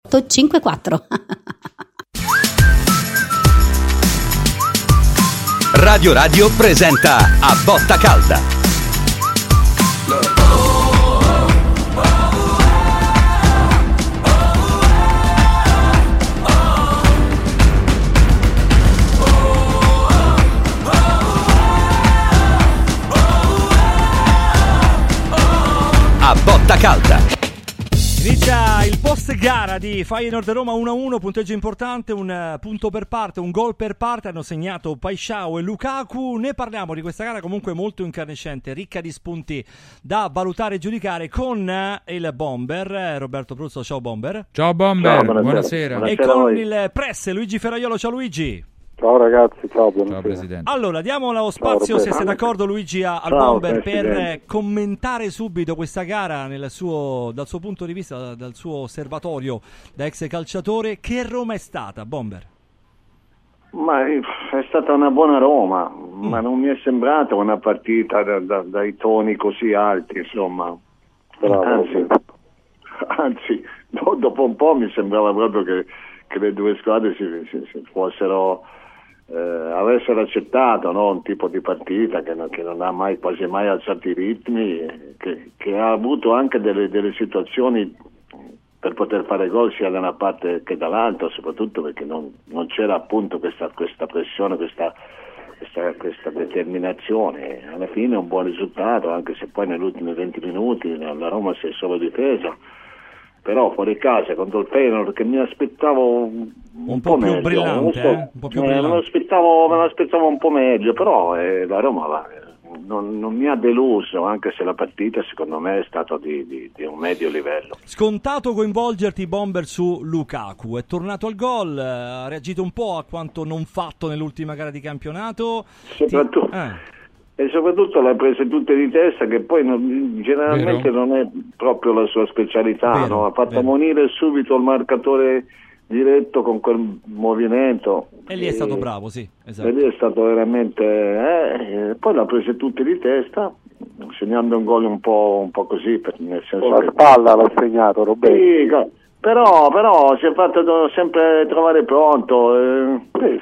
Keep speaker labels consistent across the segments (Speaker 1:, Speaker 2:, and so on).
Speaker 1: 54.
Speaker 2: Radio Radio presenta A Botta Calda. A Botta Calda.
Speaker 3: Inizia il post gara di Feyenoord Roma 1-1, punteggio importante, un punto per parte, un gol per parte, hanno segnato Paixão e Lukaku. Ne parliamo di questa gara comunque molto incandescente, ricca di spunti da valutare e giudicare con il Bomber, Roberto Pruzzo. Ciao Bomber.
Speaker 4: Ciao Bomber,
Speaker 5: Ciao,
Speaker 4: buonasera.
Speaker 3: E con il press Luigi Ferraiolo. Ciao Luigi.
Speaker 5: Ciao ragazzi, ciao,
Speaker 4: Ciao Presidente.
Speaker 3: Allora, diamo lo spazio, se sei d'accordo Luigi, al Bomber per commentare subito questa gara dal suo punto di vista, dal suo osservatorio da ex calciatore. Che Roma è stata, Bomber?
Speaker 5: Ma è stata una buona Roma, ma non mi è sembrata una partita dai toni così alti, insomma. Anzi, dopo un po' mi sembrava proprio che le due squadre si fossero avessero accettato, no? Un tipo di partita che non ha mai quasi mai alzato i ritmi, che ha avuto anche delle situazioni per poter fare gol sia da una parte che dall'altra, soprattutto perché non c'era appunto questa pressione, questa determinazione. Alla fine un buon risultato, anche se poi negli ultimi 20 minuti la Roma si è solo difesa, però fuori casa contro il Feyenoord, che mi aspettavo un po'
Speaker 3: più
Speaker 5: meglio,
Speaker 3: brillante, un po' più brillante.
Speaker 5: Me l'aspettavo un po' meglio, però la Roma non mi ha deluso, anche se la partita secondo me è stata di un medio livello.
Speaker 3: Scontato coinvolgerti, Bomber, su Lukaku, è tornato al gol, ha reagito un po' a quanto non fatto nell'ultima gara di campionato.
Speaker 5: E soprattutto l'ha prese tutte di testa, che poi generalmente non è proprio la sua specialità,
Speaker 3: Vero,
Speaker 5: no? Ha fatto
Speaker 3: vero.
Speaker 5: ammonire subito il marcatore diretto con quel movimento.
Speaker 3: E lì è stato bravo, sì, esatto.
Speaker 5: E lì è stato veramente... poi l'ha prese tutte di testa, segnando un gol un po' così, nel senso
Speaker 6: con la spalla l'ha segnato Roberto.
Speaker 5: Sì, però si è fatto sempre trovare pronto.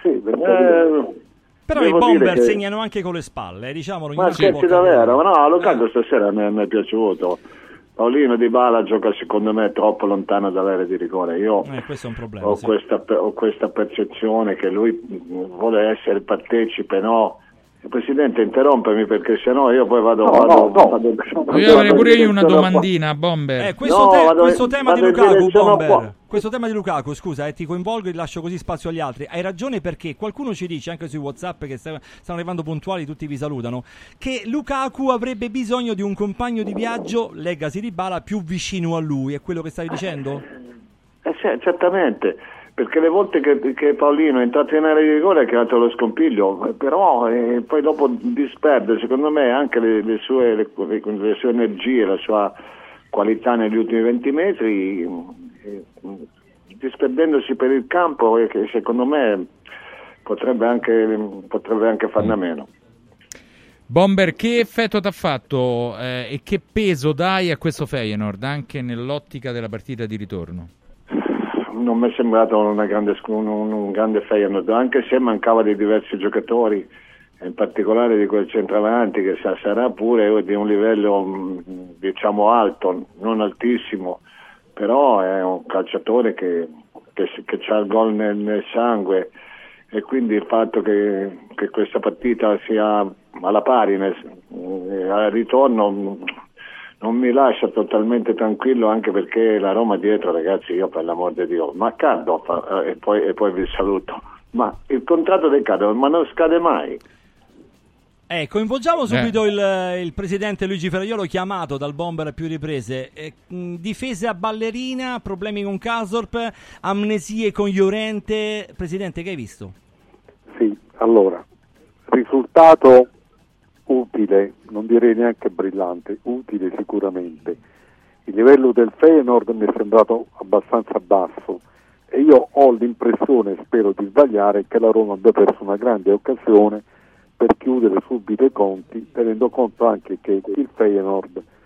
Speaker 3: Però i Bomber segnano anche con le spalle, diciamolo.
Speaker 5: Ma scherzi davvero? No, Lukaku stasera mi è piaciuto. Paolino Dybala gioca secondo me troppo lontano dall'area di rigore. Io
Speaker 3: questo è un problema,
Speaker 5: ho questa percezione che lui vuole essere partecipe, no? Presidente, interrompemi, perché sennò io poi vado.
Speaker 4: Io avrei pure io una domandina, Bomber.
Speaker 3: Questo tema di Lukaku, Bomber. Questo tema di Lukaku, scusa, ti coinvolgo e lascio così spazio agli altri. Hai ragione, perché qualcuno ci dice anche sui WhatsApp, che stanno arrivando puntuali, tutti vi salutano, che Lukaku avrebbe bisogno di un compagno di viaggio, leggasi Dybala, più vicino a lui. È quello che stavi dicendo?
Speaker 5: Sì, certamente. Perché le volte che Paolino è entrato in area di rigore ha creato lo scompiglio, però poi dopo disperde, secondo me, anche le sue energie, la sua qualità negli ultimi 20 metri, disperdendosi per il campo, e che secondo me potrebbe anche farne a meno.
Speaker 4: Bomber, che effetto ti ha fatto e che peso dai a questo Feyenoord, anche nell'ottica della partita di ritorno?
Speaker 5: Non mi è sembrato un grande Feyenoord, anche se mancava di diversi giocatori, in particolare di quel centravanti che sarà pure di un livello diciamo alto, non altissimo, però è un calciatore che ha il gol nel sangue, e quindi il fatto che questa partita sia alla pari al ritorno non mi lascia totalmente tranquillo, anche perché la Roma dietro, ragazzi, io per l'amor di Dio, ma Cardo, e poi vi saluto, ma il contratto del Cardo non scade mai.
Speaker 3: Coinvolgiamo subito il presidente Luigi Ferraiolo, chiamato dal Bomber a più riprese. Difese a ballerina, problemi con Karsdorp, amnesie con Llorente. Presidente, che hai visto?
Speaker 6: Sì, allora, risultato utile, non direi neanche brillante, utile sicuramente. Il livello del Feyenoord mi è sembrato abbastanza basso e io ho l'impressione, spero di sbagliare, che la Roma abbia perso una grande occasione per chiudere subito i conti, tenendo conto anche che il Feyenoord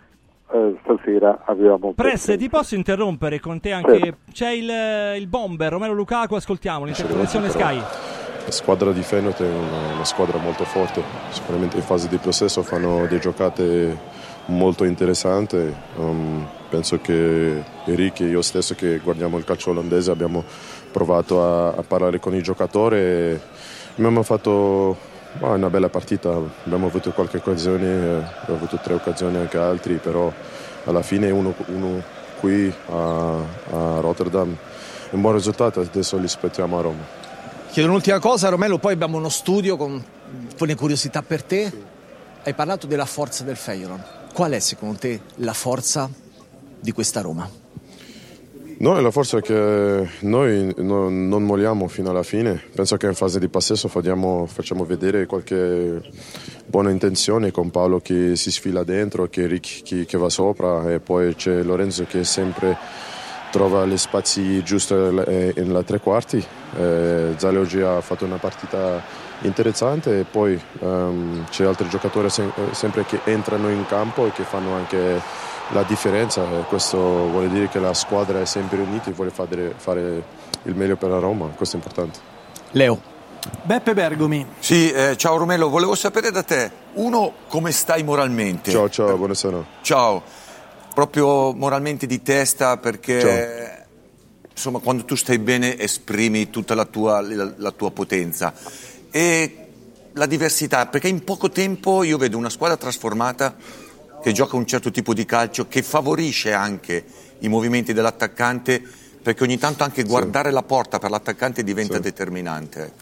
Speaker 6: stasera avevamo...
Speaker 3: Presse, ti posso interrompere con te anche?
Speaker 6: Certo.
Speaker 3: C'è il bomber Romelu Lukaku, ascoltiamo l'interpretazione Sky.
Speaker 1: La squadra di Feyenoord è una squadra molto forte, sicuramente in fase di possesso fanno delle giocate molto interessanti. Penso che Eric e io stesso che guardiamo il calcio olandese abbiamo provato a parlare con i giocatori e abbiamo fatto una bella partita, abbiamo avuto qualche occasione, abbiamo avuto 3 occasioni anche altri, però alla fine uno qui a Rotterdam è un buon risultato, adesso li aspettiamo a Roma.
Speaker 7: Chiedo un'ultima cosa, Romelu, poi abbiamo uno studio con alcune curiosità per te. Sì. Hai parlato della forza del Feyenoord. Qual è secondo te la forza di questa Roma?
Speaker 1: Noi la forza è che noi non molliamo fino alla fine. Penso che in fase di possesso facciamo vedere qualche buona intenzione con Paolo che si sfila dentro, che Rick che va sopra e poi c'è Lorenzo che sempre trova gli spazi giusti nella tre quarti. Zale oggi ha fatto una partita interessante e poi c'è altri giocatori sempre che entrano in campo e che fanno anche la differenza. Questo vuol dire che la squadra è sempre unita e vuole fare il meglio per la Roma, questo è importante.
Speaker 7: Leo.
Speaker 8: Beppe Bergomi.
Speaker 9: Sì, ciao Romelu, volevo sapere da te, come stai moralmente?
Speaker 1: Ciao, buonasera.
Speaker 9: Ciao, proprio moralmente di testa perché...
Speaker 1: Ciao.
Speaker 9: Insomma, quando tu stai bene esprimi tutta la tua potenza e la diversità, perché in poco tempo io vedo una squadra trasformata che gioca un certo tipo di calcio, che favorisce anche i movimenti dell'attaccante, perché ogni tanto anche guardare la porta per l'attaccante diventa determinante.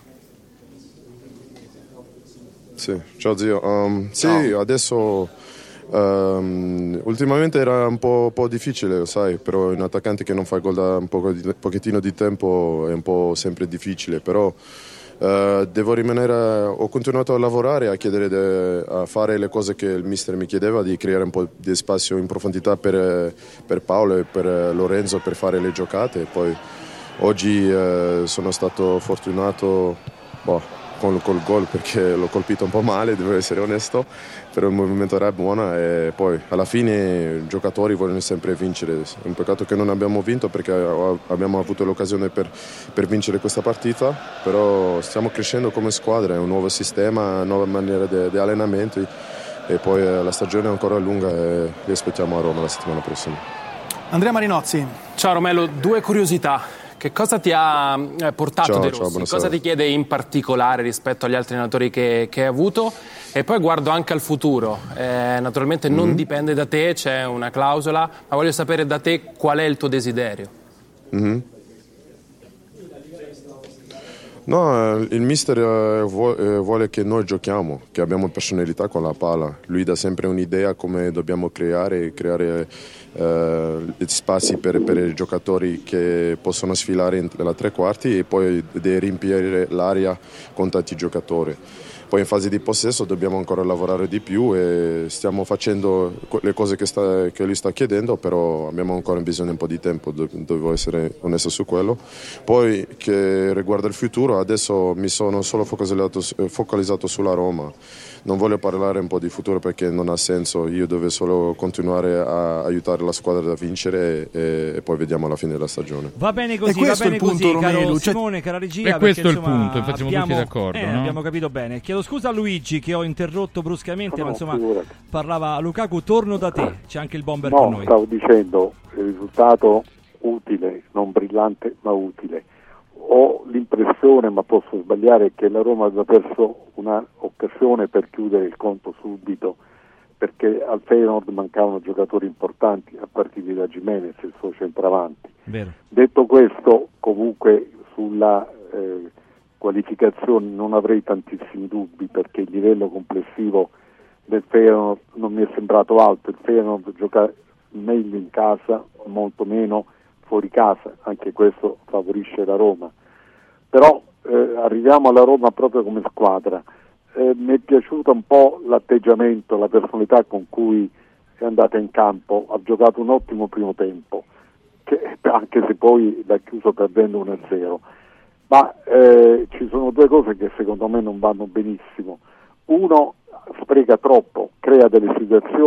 Speaker 1: Sì, ciao zio. Ciao. Adesso ultimamente era un po' difficile, sai, però un attaccante che non fa gol da un pochettino di tempo è un po' sempre difficile, però devo rimanere, ho continuato a lavorare, a chiedere a fare le cose che il mister mi chiedeva, di creare un po' di spazio in profondità per Paolo e per Lorenzo per fare le giocate. Poi oggi sono stato fortunato col gol perché l'ho colpito un po' male, devo essere onesto, però il movimento era buono e poi alla fine i giocatori vogliono sempre vincere. È un peccato che non abbiamo vinto perché abbiamo avuto l'occasione per vincere questa partita, però stiamo crescendo come squadra, è un nuovo sistema, nuova maniera di allenamento e poi la stagione è ancora lunga e li aspettiamo a Roma la settimana prossima.
Speaker 8: Andrea Marinozzi.
Speaker 10: Ciao Romelu, 2 curiosità. Che cosa ti ha portato De Rossi? Cosa ti chiede in particolare rispetto agli altri allenatori che hai avuto? E poi guardo anche al futuro. Naturalmente non dipende da te, c'è una clausola, ma voglio sapere da te qual è il tuo desiderio.
Speaker 1: No, il mister vuole che noi giochiamo, che abbiamo personalità con la palla. Lui dà sempre un'idea come dobbiamo creare spazi per i giocatori che possono sfilare nella tre quarti e poi di riempire l'area con tanti giocatori. Poi in fase di possesso dobbiamo ancora lavorare di più e stiamo facendo le cose che lui sta chiedendo, però abbiamo ancora bisogno di un po' di tempo, devo essere onesto su quello. Poi che riguarda il futuro, adesso mi sono solo focalizzato sulla Roma. Non voglio parlare un po' di futuro perché non ha senso, io devo solo continuare a aiutare la squadra a vincere e poi vediamo alla fine della stagione.
Speaker 3: Va bene così, va bene così, caro Simone, cara regia.
Speaker 4: E questo
Speaker 3: perché,
Speaker 4: è il punto, infatti siamo tutti d'accordo. No?
Speaker 3: Abbiamo capito bene. Chiedo scusa a Luigi che ho interrotto bruscamente, ma insomma parlava Lukaku, torno da te, c'è anche il bomber con noi.
Speaker 6: Stavo dicendo, il risultato utile, non brillante ma utile. Ho l'impressione, ma posso sbagliare, che la Roma aveva perso un'occasione per chiudere il conto subito, perché al Feyenoord mancavano giocatori importanti, a partire da Gimenez, il suo centravanti.
Speaker 3: Vero.
Speaker 6: Detto questo, comunque sulla qualificazione non avrei tantissimi dubbi, perché il livello complessivo del Feyenoord non mi è sembrato alto. Il Feyenoord gioca meglio in casa, molto meno fuori casa, anche questo favorisce la Roma. Però arriviamo alla Roma proprio come squadra. Mi è piaciuto un po' l'atteggiamento, la personalità con cui è andata in campo, ha giocato un ottimo primo tempo, anche se poi l'ha chiuso perdendo 1-0. Ma ci sono 2 cose che secondo me non vanno benissimo. Uno, spreca troppo, crea delle situazioni,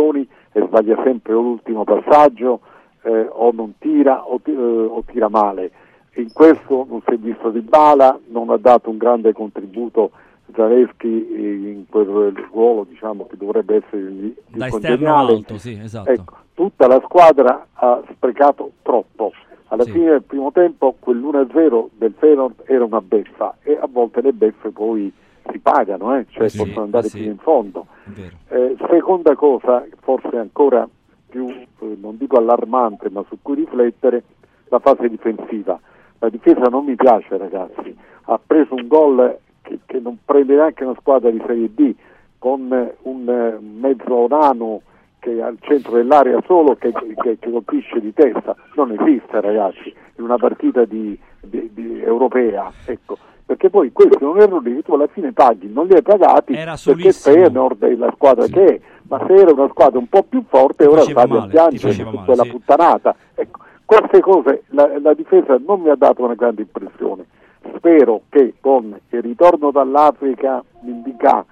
Speaker 6: e sbaglia sempre l'ultimo passaggio, o non tira o tira male. In questo non si è visto Dybala, non ha dato un grande contributo Zalewski in quel ruolo, diciamo, che dovrebbe essere di
Speaker 3: da esterno alto, sì, esatto.
Speaker 6: Ecco, tutta la squadra ha sprecato troppo. Alla fine del primo tempo quell'1-0 del Feyenoord era una beffa, e a volte le beffe poi si pagano, cioè possono andare fino in fondo. Seconda cosa, forse ancora più, non dico allarmante, ma su cui riflettere, la fase difensiva. La difesa non mi piace, ragazzi. Ha preso un gol che non prende neanche una squadra di Serie B, con un mezzo nano che è al centro dell'area solo, che colpisce di testa. Non esiste, ragazzi, in una partita di europea, ecco. Perché poi questi sono errori che tu alla fine paghi, non li hai pagati perché Feyenoord è la squadra che è, ma se era una squadra un po' più forte ora stavi a piangere su quella puttanata. Ecco, queste cose la difesa non mi ha dato una grande impressione. Spero che con il ritorno dall'Africa Ndicà,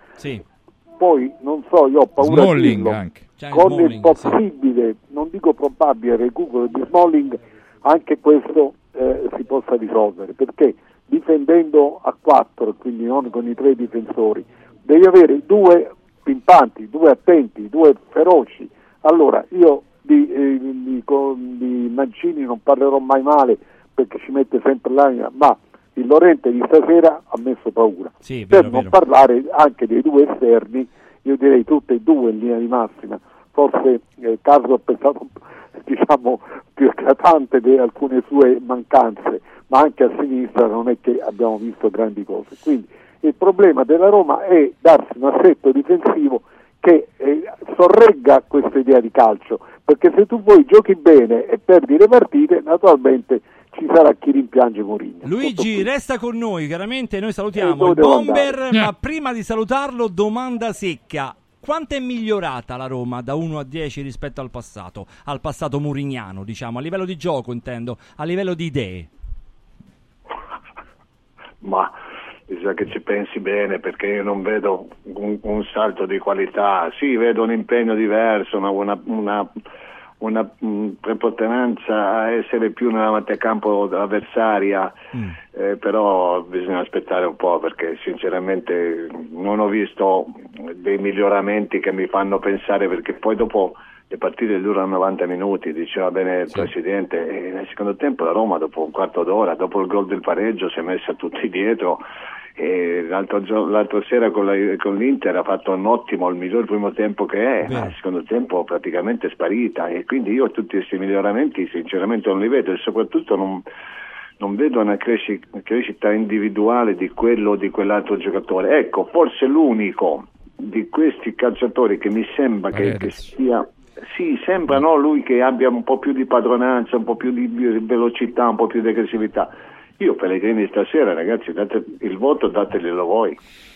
Speaker 6: poi non so, io ho paura
Speaker 4: Smalling
Speaker 6: di dirlo,
Speaker 4: anche.
Speaker 6: con il possibile, non dico probabile recupero di Smalling, anche questo si possa risolvere, perché difendendo a 4, quindi non con i 3 difensori, devi avere 2 pimpanti, 2 attenti, 2 feroci. Allora io di Mancini non parlerò mai male, perché ci mette sempre l'anima, ma il Llorente di stasera ha messo paura. Non parlare anche dei 2 esterni, io direi tutti e 2 in linea di massima. Forse Carlo è stato, diciamo, più eclatante di alcune sue mancanze, ma anche a sinistra non è che abbiamo visto grandi cose. Quindi il problema della Roma è darsi un assetto difensivo che sorregga questa idea di calcio, perché se tu poi giochi bene e perdi le partite, naturalmente ci sarà chi rimpiange Mourinho.
Speaker 3: Luigi, resta con noi, chiaramente noi salutiamo il Bomber, ma prima di salutarlo, domanda secca: quanto è migliorata la Roma da 1 a 10 rispetto al passato mourignano, diciamo, a livello di gioco intendo, a livello di idee?
Speaker 5: Ma bisogna che ci pensi bene, perché io non vedo un salto di qualità. Sì, vedo un impegno diverso, una preponderanza a essere più nella metacampo avversaria, però bisogna aspettare un po', perché sinceramente non ho visto dei miglioramenti che mi fanno pensare, perché poi dopo le partite durano 90 minuti, diceva bene il Presidente, e nel secondo tempo la Roma dopo un quarto d'ora, dopo il gol del pareggio, si è messa tutti dietro, e l'altra sera con l'Inter ha fatto il miglior primo tempo che è, ma il secondo tempo praticamente è sparita, e quindi io tutti questi miglioramenti sinceramente non li vedo, e soprattutto non vedo una crescita individuale di quello o di quell'altro giocatore. Ecco, forse l'unico di questi calciatori che mi sembra che sia... Sì, sembra lui che abbia un po' più di padronanza, un po' più di velocità, un po' più di aggressività. Io Pellegrini stasera, ragazzi, date il voto, dateglielo voi.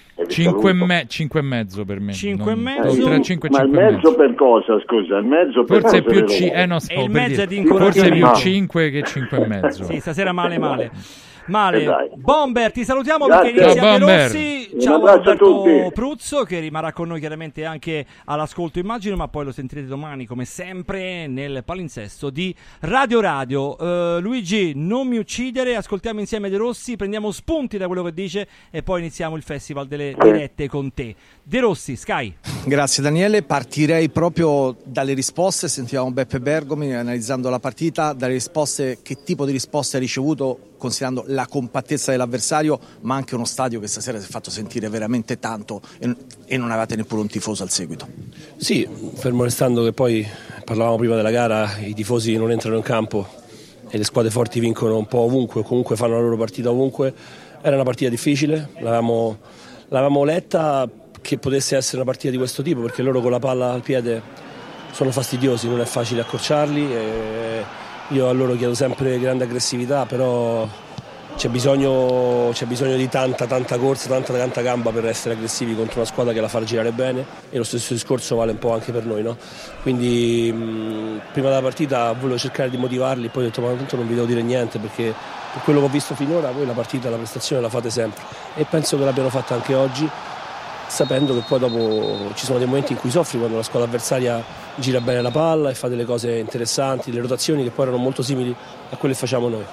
Speaker 4: 5,5 per me.
Speaker 3: 5,5?
Speaker 5: Ma il mezzo per cosa, scusa? Il mezzo per
Speaker 4: forse
Speaker 5: cosa
Speaker 4: più il mezzo è di forse più 5 che 5,5.
Speaker 3: Sì, stasera male. Bomber, ti salutiamo.
Speaker 5: Grazie.
Speaker 3: Perché inizia De Rossi. Ciao
Speaker 5: Alberto
Speaker 3: Pruzzo, che rimarrà con noi chiaramente anche all'ascolto, immagino, ma poi lo sentirete domani come sempre nel palinsesto di Radio. Luigi, non mi uccidere, ascoltiamo insieme De Rossi, prendiamo spunti da quello che dice e poi iniziamo il festival delle dirette con te. De Rossi, Sky.
Speaker 7: Grazie Daniele, partirei proprio dalle risposte. Sentiamo Beppe Bergomi analizzando la partita, dalle risposte, che tipo di risposte ha ricevuto considerando la compattezza dell'avversario, ma anche uno stadio che stasera si è fatto sentire veramente tanto e non avevate neppure un tifoso al seguito.
Speaker 11: Sì, fermo restando che poi parlavamo prima della gara, i tifosi non entrano in campo e le squadre forti vincono un po' ovunque, o comunque fanno la loro partita ovunque. Era una partita difficile, l'avevamo letta che potesse essere una partita di questo tipo, perché loro con la palla al piede sono fastidiosi, non è facile accorciarli, e io a loro chiedo sempre grande aggressività, però c'è bisogno di tanta corsa, tanta gamba per essere aggressivi contro una squadra che la fa girare bene, e lo stesso discorso vale un po' anche per noi, no? Quindi prima della partita volevo cercare di motivarli, poi ho detto ma tanto non vi devo dire niente, perché per quello che ho visto finora voi la partita, la prestazione la fate sempre, e penso che l'abbiano fatta anche oggi. sapendo che poi dopo ci sono dei momenti in cui soffri quando la squadra avversaria gira bene la palla e fa delle cose interessanti, le rotazioni che poi erano molto simili a quelle che facciamo noi.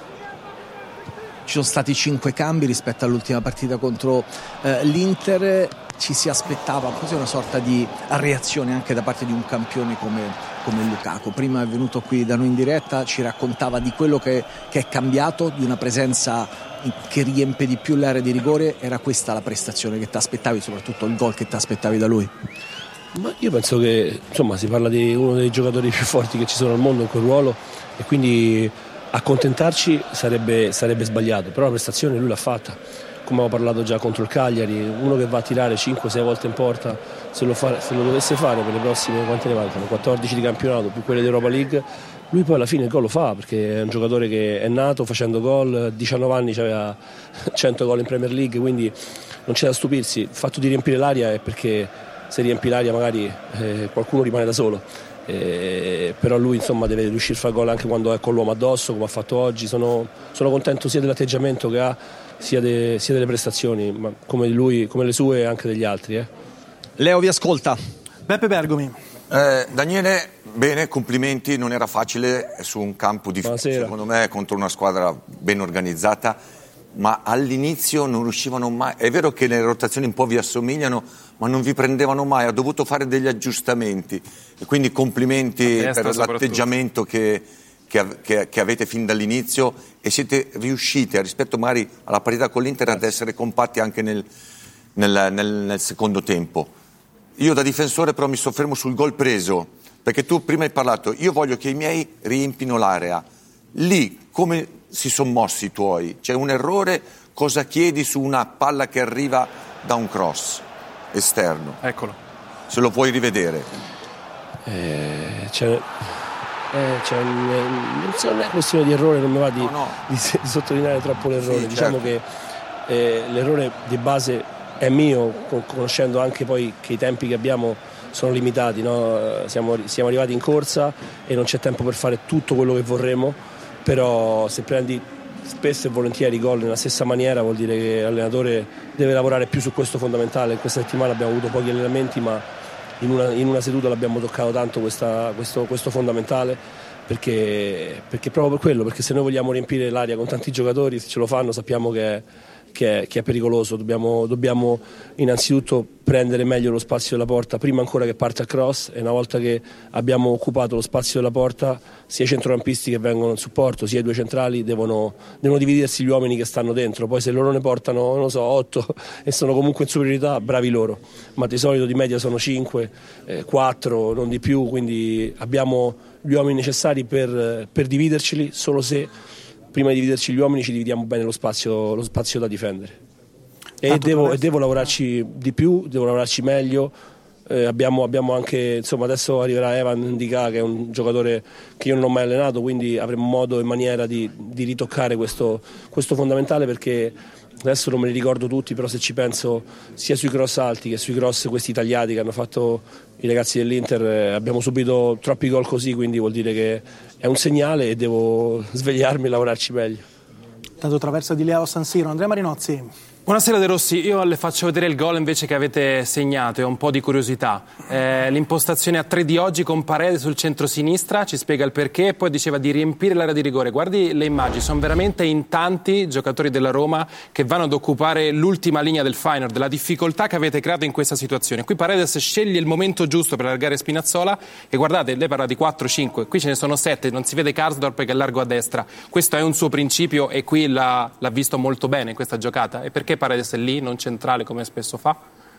Speaker 7: Ci sono stati 5 cambi rispetto all'ultima partita contro l'Inter. Ci si aspettava così una sorta di reazione anche da parte di un campione come Lukaku. Prima è venuto qui da noi in diretta, ci raccontava di quello che è cambiato, di una presenza che riempie di più l'area di rigore. Era questa la prestazione che ti aspettavi, soprattutto il gol che ti aspettavi da lui?
Speaker 11: Ma io penso che insomma si parla di uno dei giocatori più forti che ci sono al mondo in quel ruolo, e quindi accontentarci sarebbe sbagliato, però la prestazione lui l'ha fatta, come avevo parlato già contro il Cagliari. Uno che va a tirare 5-6 volte in porta, se lo dovesse fare per le prossime, quante ne mancano? 14 di campionato più quelle di Europa League, lui poi alla fine il gol lo fa, perché è un giocatore che è nato facendo gol, 19 anni aveva 100 gol in Premier League, quindi non c'è da stupirsi. Il fatto di riempire l'aria è perché se riempi l'aria magari qualcuno rimane da solo. Però lui insomma deve riuscire a fare gol anche quando è con l'uomo addosso, come ha fatto oggi. Sono contento sia dell'atteggiamento che ha, sia delle prestazioni, ma come lui, come le sue e anche degli altri.
Speaker 7: Leo vi ascolta.
Speaker 8: Beppe Bergomi.
Speaker 9: Daniele, bene, complimenti, non era facile su un campo difficile, secondo me, contro una squadra ben organizzata, ma all'inizio non riuscivano mai. È vero che le rotazioni un po' vi assomigliano, ma non vi prendevano mai, ha dovuto fare degli aggiustamenti, e quindi complimenti per l'atteggiamento che avete fin dall'inizio, e siete riusciti, rispetto magari alla parità con l'Inter, ad essere compatti anche nel secondo tempo. Io da difensore però mi soffermo sul gol preso, perché tu prima hai parlato, io voglio che i miei riempino l'area. Lì come si sono mossi i tuoi? C'è un errore? Cosa chiedi su una palla che arriva da un cross esterno?
Speaker 10: Eccolo.
Speaker 9: Se lo puoi rivedere.
Speaker 11: Non è questione di errore, non mi va di sottolineare troppo l'errore. Sì, diciamo che l'errore di base è mio, conoscendo anche poi che i tempi che abbiamo sono limitati, no? Siamo arrivati in corsa e non c'è tempo per fare tutto quello che vorremmo, però se prendi spesso e volentieri gol nella stessa maniera vuol dire che l'allenatore deve lavorare più su questo fondamentale. Questa settimana abbiamo avuto pochi allenamenti, ma in una seduta l'abbiamo toccato tanto questo fondamentale, perché proprio per quello, perché se noi vogliamo riempire l'aria con tanti giocatori, se ce lo fanno sappiamo che è pericoloso. Dobbiamo innanzitutto prendere meglio lo spazio della porta prima ancora che parte a cross, e una volta che abbiamo occupato lo spazio della porta, sia i centrocampisti che vengono in supporto sia i due centrali devono dividersi gli uomini che stanno dentro. Poi se loro ne portano 8 e sono comunque in superiorità, bravi loro, ma di solito di media sono 5, 4, non di più, quindi abbiamo gli uomini necessari per dividerceli, solo se prima di dividerci gli uomini ci dividiamo bene lo spazio da difendere. E devo lavorarci di più, devo lavorarci meglio. Abbiamo anche, insomma, adesso arriverà Evan Ndika, che è un giocatore che io non ho mai allenato, quindi avremo modo e maniera di ritoccare questo fondamentale, perché adesso non me li ricordo tutti, però se ci penso sia sui cross alti che sui cross questi tagliati che hanno fatto i ragazzi dell'Inter, abbiamo subito troppi gol così, quindi vuol dire che è un segnale e devo svegliarmi e lavorarci meglio.
Speaker 8: Tanto traverso di Leo San Siro. Andrea Marinozzi.
Speaker 10: Buonasera De Rossi, io le faccio vedere il gol invece che avete segnato e ho un po' di curiosità. L'impostazione a 3 di oggi con Paredes sul centro-sinistra, ci spiega il perché, e poi diceva di riempire l'area di rigore. Guardi le immagini, sono veramente in tanti giocatori della Roma che vanno ad occupare l'ultima linea del Feyenoord, la difficoltà che avete creato in questa situazione. Qui Paredes sceglie il momento giusto per allargare Spinazzola e guardate, lei parla di 4-5, qui ce ne sono 7, non si vede Karsdorp che è largo a destra. Questo è un suo principio e qui l'ha visto molto bene in questa giocata. E perché Paredes è lì, non centrale come spesso fa?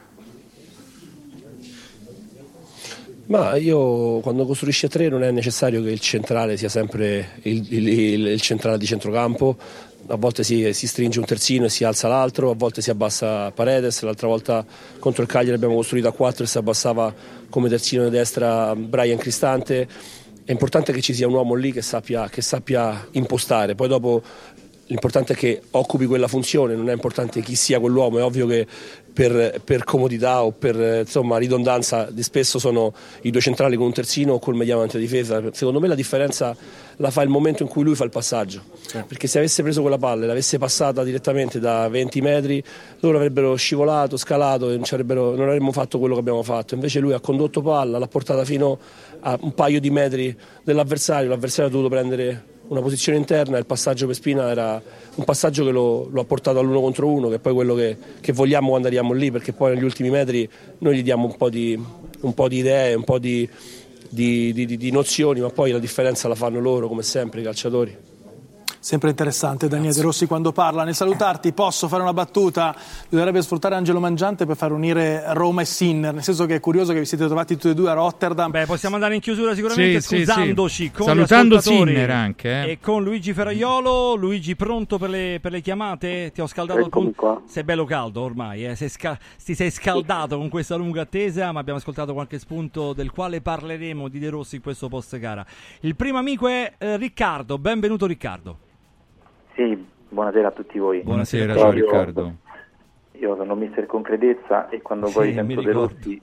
Speaker 11: Ma io, quando costruisci a 3, non è necessario che il centrale sia sempre il centrale di centrocampo. A volte si stringe un terzino e si alza l'altro, a volte si abbassa Paredes. L'altra volta contro il Cagliari abbiamo costruito a 4 e si abbassava come terzino di destra Brian Cristante. È importante che ci sia un uomo lì che sappia impostare. Poi dopo l'importante è che occupi quella funzione, non è importante chi sia quell'uomo. È ovvio che per comodità o per insomma ridondanza di spesso sono i due centrali con un terzino o col mediano davanti alla difesa. Secondo me la differenza la fa il momento in cui lui fa il passaggio, perché se avesse preso quella palla e l'avesse passata direttamente da 20 metri loro avrebbero scivolato, scalato e non avremmo fatto quello che abbiamo fatto. Invece lui ha condotto palla, l'ha portata fino a un paio di metri dell'avversario, l'avversario ha dovuto prendere una posizione interna e il passaggio per Spina era un passaggio che lo ha portato all'1 contro 1, che è poi quello che vogliamo quando arriviamo lì, perché poi negli ultimi metri noi gli diamo un po' di idee, un po' di nozioni, ma poi la differenza la fanno loro, come sempre, i calciatori.
Speaker 8: Sempre interessante Daniele De Rossi quando parla. Nel salutarti posso fare una battuta? Bisognerebbe sfruttare Angelo Mangiante per far unire Roma e Sinner, nel senso che è curioso che vi siete trovati tutti e due a Rotterdam.
Speaker 3: Beh, possiamo andare in chiusura sicuramente scusandoci con
Speaker 4: salutando
Speaker 3: gli ascoltatori
Speaker 4: Sinner anche
Speaker 3: e con Luigi Ferraiolo. Luigi, pronto per le chiamate? Ti ho scaldato sei bello caldo ormai, ti sei scaldato con questa lunga attesa, ma abbiamo ascoltato qualche spunto del quale parleremo di De Rossi in questo post gara. Il primo amico è Riccardo. Benvenuto Riccardo.
Speaker 12: Sì, buonasera a tutti voi.
Speaker 4: Buonasera, ciao Riccardo.
Speaker 12: Io sono mister concretezza e quando poi sento De Rossi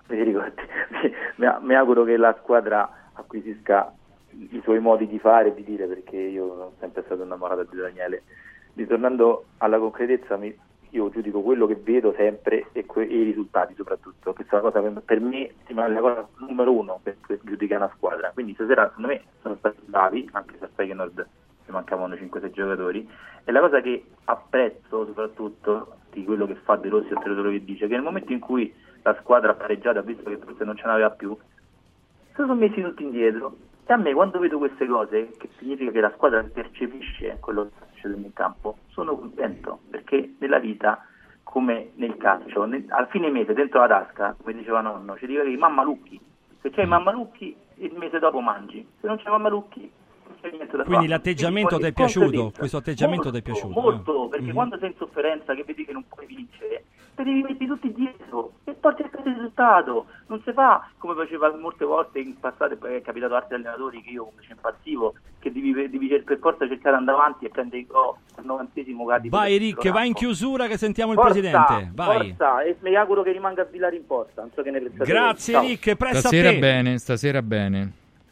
Speaker 12: mi auguro che la squadra acquisisca i suoi modi di fare e di dire, perché io sono sempre stato innamorato di Daniele. Ritornando alla concretezza, io giudico quello che vedo sempre e i risultati soprattutto. Questa è una cosa per me la cosa numero uno per giudicare una squadra. Quindi stasera secondo me sono stati bravi, anche se a Feyenoord mancavano 5-6 giocatori, e la cosa che apprezzo soprattutto di quello che fa De Rossi, oltre a quello che dice, che nel momento in cui la squadra ha pareggiato, ha visto che forse non ce n'aveva più, si sono messi tutti indietro. E a me, quando vedo queste cose, che significa che la squadra percepisce quello che sta succedendo in campo, sono contento, perché nella vita, come nel calcio, al fine mese dentro la tasca, come diceva nonno, ci dica che i mammalucchi, se c'hai i mammalucchi il mese dopo mangi, se non c'hai mammalucchi.
Speaker 3: Quindi l'atteggiamento ti è piaciuto? Questo atteggiamento ti è piaciuto?
Speaker 12: Molto, perché quando sei in sofferenza, che vedi che non puoi vincere, te devi mettere tutti dietro e porti a casa il risultato. Non si fa come faceva molte volte in passato, e poi è capitato a altri allenatori che io invece impazzivo, che devi per forza cercare di andare avanti e prendere il gol al 90esimo.
Speaker 3: Vai Rick, vai in chiusura che sentiamo il presidente. Vai.
Speaker 12: Forza, e mi auguro che rimanga Villari in porta. Non so che ne pensate.
Speaker 3: Grazie Rick, pressa a te.
Speaker 4: Stasera bene.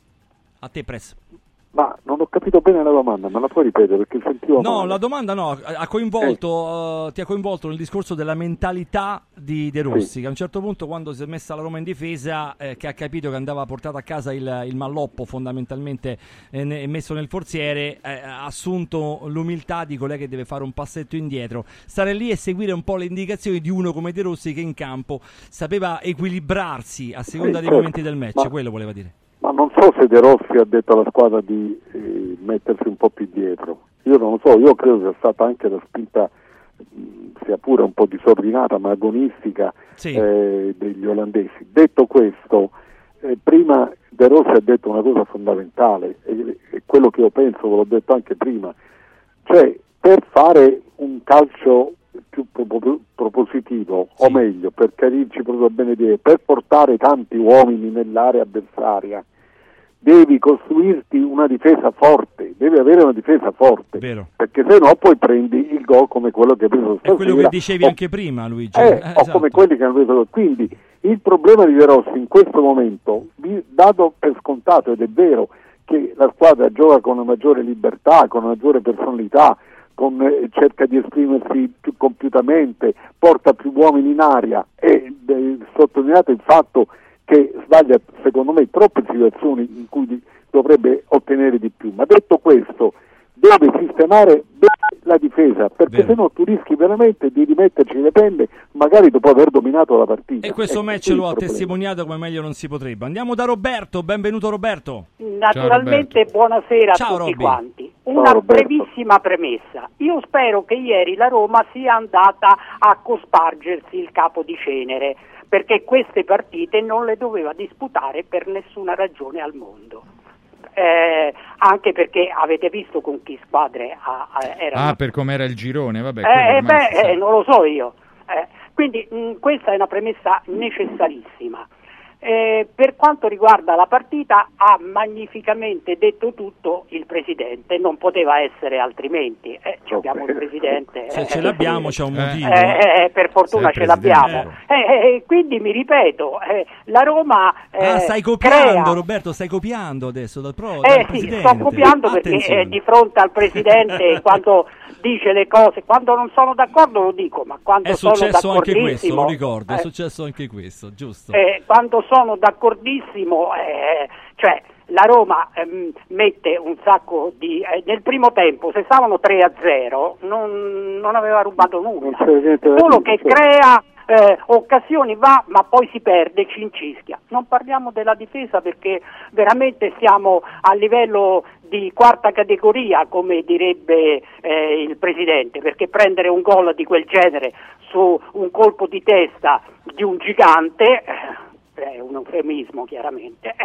Speaker 3: A te pressa.
Speaker 6: Ma non ho capito bene la domanda, ma la puoi ripetere perché sentivo
Speaker 3: No,
Speaker 6: male.
Speaker 3: la domanda no, ha coinvolto, ti ha coinvolto nel discorso della mentalità di De Rossi, che a un certo punto, quando si è messa la Roma in difesa, che ha capito che andava portato a casa il malloppo fondamentalmente messo nel forziere, ha assunto l'umiltà di colei che deve fare un passetto indietro, stare lì e seguire un po' le indicazioni di uno come De Rossi, che in campo sapeva equilibrarsi a seconda dei momenti del match, quello voleva dire.
Speaker 6: Ma non so se De Rossi ha detto alla squadra di mettersi un po' più dietro. Io non lo so, io credo sia stata anche la spinta, sia pure un po' disordinata ma agonistica, degli olandesi. Detto questo, prima De Rossi ha detto una cosa fondamentale, e quello che io penso, ve l'ho detto anche prima, cioè per fare un calcio più propositivo, o meglio, per chiarirci proprio bene dire, per portare tanti uomini nell'area avversaria, devi costruirti una difesa forte, devi avere una difesa forte.
Speaker 3: Vero.
Speaker 6: Perché se no poi prendi il gol come quello che hai preso stasera.
Speaker 3: È quello che dicevi anche prima, Luigi.
Speaker 6: O come quelli che hanno preso. Quindi il problema di De Rossi in questo momento, dato per scontato, ed è vero che la squadra gioca con una maggiore libertà, con una maggiore personalità, cerca di esprimersi più compiutamente, porta più uomini in aria, e sottolineato il fatto che sbaglia secondo me troppe situazioni in cui dovrebbe ottenere di più, ma detto questo deve sistemare bene la difesa, perché se no tu rischi veramente di rimetterci le penne magari dopo aver dominato la partita.
Speaker 3: E questo match lo ha testimoniato come meglio non si potrebbe. Andiamo da Roberto, benvenuto Roberto.
Speaker 13: Naturalmente Roberto. Buonasera a tutti quanti. Una brevissima premessa. Io spero che ieri la Roma sia andata a cospargersi il capo di cenere, perché queste partite non le doveva disputare per nessuna ragione al mondo. Anche perché avete visto con chi squadre erano.
Speaker 4: Per com'era il girone, vabbè.
Speaker 13: Non lo so io. Quindi questa è una premessa necessarissima. Per quanto riguarda la partita, ha magnificamente detto tutto il presidente, non poteva essere altrimenti. Abbiamo il presidente.
Speaker 3: Se ce l'abbiamo c'è un motivo.
Speaker 13: Per fortuna ce l'abbiamo. Quindi mi ripeto, la Roma
Speaker 3: stai copiando,
Speaker 13: crea...
Speaker 3: Roberto, stai copiando adesso dal
Speaker 13: sì,
Speaker 3: presidente.
Speaker 13: sto copiando perché di fronte al presidente quando dice le cose, quando non sono d'accordo lo dico, ma quando sono d'accordissimo... È successo anche questo,
Speaker 3: lo ricordo, è successo anche questo, giusto.
Speaker 13: Quando sono d'accordissimo, cioè la Roma mette un sacco di... nel primo tempo, se stavano 3-0, non aveva rubato nulla, solo che crea... occasioni ma poi si perde, ci incischia. Non parliamo della difesa perché veramente siamo a livello di quarta categoria, come direbbe il presidente, perché prendere un gol di quel genere su un colpo di testa di un gigante è un eufemismo, chiaramente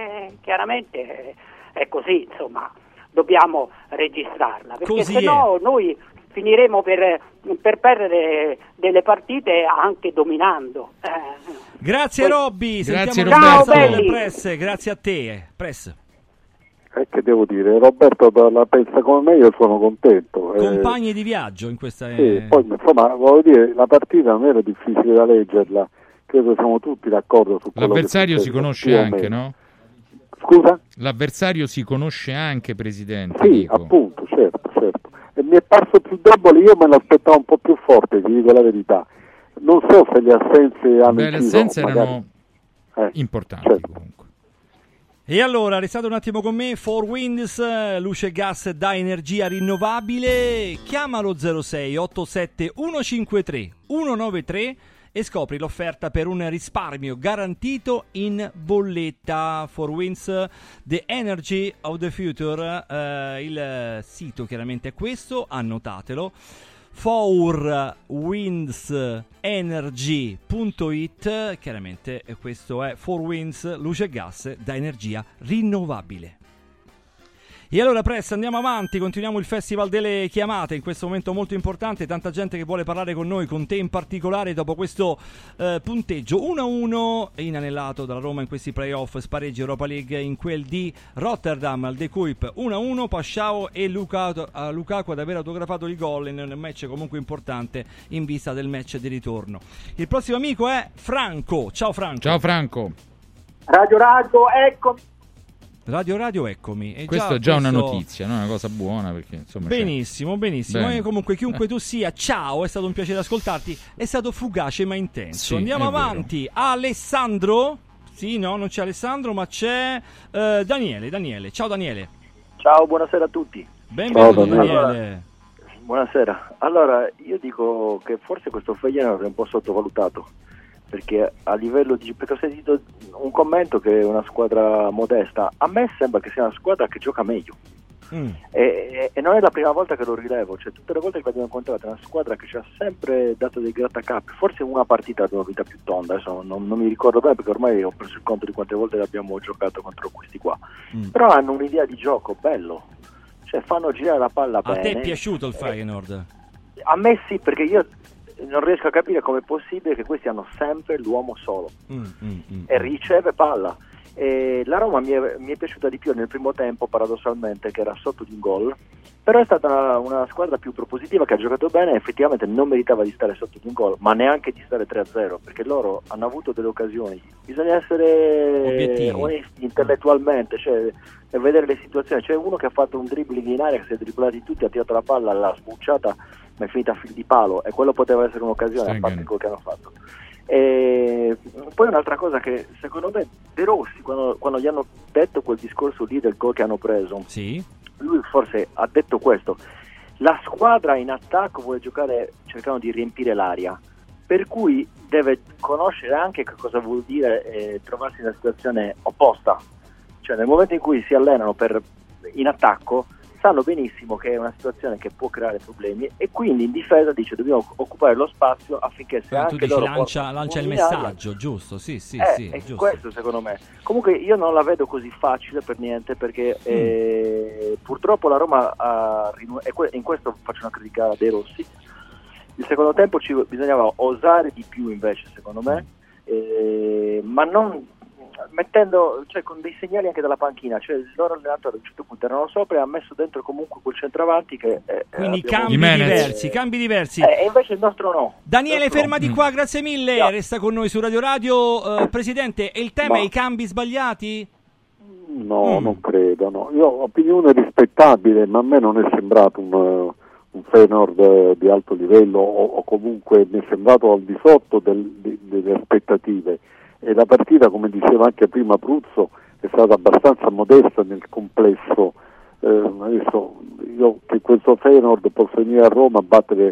Speaker 13: è così, insomma, dobbiamo registrarla, perché sennò noi finiremo per perdere delle partite anche dominando.
Speaker 3: Grazie Robby,
Speaker 4: grazie
Speaker 3: Roberto. Press, grazie a te. Press.
Speaker 6: Che devo dire, Roberto la pensa come me, io sono contento.
Speaker 3: Compagni di viaggio in questa...
Speaker 6: Sì, poi insomma, voglio dire, la partita non era difficile da leggerla, credo siamo tutti d'accordo su quello.
Speaker 4: L'avversario si conosce anche, no?
Speaker 6: Scusa?
Speaker 4: L'avversario si conosce anche, Presidente.
Speaker 6: Sì,
Speaker 4: dico.
Speaker 6: appunto, certo. E mi è parso più debole, io me l'aspettavo un po' più forte, ti dico la verità. Non so se le assenze hanno
Speaker 4: le assenze erano importanti, certo. Comunque.
Speaker 3: E allora, restate un attimo con me. 4Winds, luce e gas da energia rinnovabile. Chiamalo 06 87 153 193 e scopri l'offerta per un risparmio garantito in bolletta. 4Winds, the energy of the future. Il sito chiaramente è questo, annotatelo: 4windsenergy.it. Chiaramente questo è 4Winds, luce e gas da energia rinnovabile. E allora Press, andiamo avanti, continuiamo il festival delle chiamate, in questo momento molto importante, tanta gente che vuole parlare con noi, con te in particolare, dopo questo punteggio 1-1 inanellato dalla Roma in questi playoff, spareggi Europa League in quel di Rotterdam al De Kuip 1-1, Paschao e Lukaku ad aver autografato il gol in un match comunque importante in vista del match di ritorno. Il prossimo amico è Franco. Ciao Franco.
Speaker 4: Ciao Franco.
Speaker 14: Radio, eccomi.
Speaker 3: Radio, eccomi. E
Speaker 4: questo è già una notizia, no? Una cosa buona, perché insomma.
Speaker 3: Benissimo. E comunque chiunque tu sia, ciao, è stato un piacere ascoltarti. È stato fugace ma intenso.
Speaker 4: Sì,
Speaker 3: andiamo avanti. Vero. Alessandro? Sì, no, non c'è Alessandro, ma c'è Daniele. Ciao Daniele.
Speaker 14: Ciao, buonasera a tutti.
Speaker 3: Benvenuto Daniele.
Speaker 14: Allora, buonasera. Allora, io dico che forse questo Feyenoord è un po' sottovalutato, perché a livello di... perché ho sentito un commento che è una squadra modesta. A me sembra che sia una squadra che gioca meglio. E non è la prima volta che lo rilevo, cioè tutte le volte che l'abbiamo incontrata è una squadra che ci ha sempre dato dei grattacapi. Forse una partita l'abbiamo vita più tonda, adesso non mi ricordo bene perché ormai ho preso il conto di quante volte abbiamo giocato contro questi qua. Però hanno un'idea di gioco bello, cioè fanno girare la palla bene.
Speaker 3: A te è piaciuto il Feyenoord?
Speaker 14: A me sì, perché io non riesco a capire come è possibile che questi hanno sempre l'uomo solo e riceve palla. E la Roma mi è piaciuta di più nel primo tempo, paradossalmente, che era sotto di un gol, però è stata una squadra più propositiva che ha giocato bene e effettivamente non meritava di stare sotto di un gol, ma neanche di stare 3-0, perché loro hanno avuto delle occasioni. Bisogna essere onesti intellettualmente, cioè e vedere le situazioni. C'è uno che ha fatto un dribbling in aria, che si è dribblato tutti, ha tirato la palla, l'ha sbucciata, ma è finita a fil di palo, e quello poteva essere un'occasione, a parte quello che hanno fatto. E poi un'altra cosa che secondo me De Rossi, quando gli hanno detto quel discorso lì del gol che hanno preso, lui forse ha detto questo: la squadra in attacco vuole giocare cercando di riempire l'aria, per cui deve conoscere anche che cosa vuol dire trovarsi in una situazione opposta, cioè nel momento in cui si allenano in attacco sanno benissimo che è una situazione che può creare problemi, e quindi in difesa dice dobbiamo occupare lo spazio affinché se anche loro
Speaker 3: lancia il messaggio, giusto? Sì,
Speaker 14: è
Speaker 3: giusto.
Speaker 14: Questo secondo me. Comunque io non la vedo così facile per niente, perché purtroppo la Roma in questo faccio una critica a De Rossi. Il secondo tempo bisognava osare di più invece, secondo me, ma non mettendo, cioè, con dei segnali anche dalla panchina, cioè il loro allenatore a un certo punto erano sopra e ha messo dentro comunque quel centravanti che
Speaker 3: quindi cambi diversi
Speaker 14: e invece il nostro no.
Speaker 3: Daniele, fermati qua, grazie mille, resta con noi su Radio Radio. Presidente, e il tema è i cambi sbagliati?
Speaker 6: No, non credo, no. Io ho opinione rispettabile, ma a me non è sembrato un Feyenoord di alto livello, o comunque mi è sembrato al di sotto delle aspettative, e la partita, come diceva anche prima Pruzzo, è stata abbastanza modesta nel complesso. Adesso io che questo Feyenoord possa venire a Roma a battere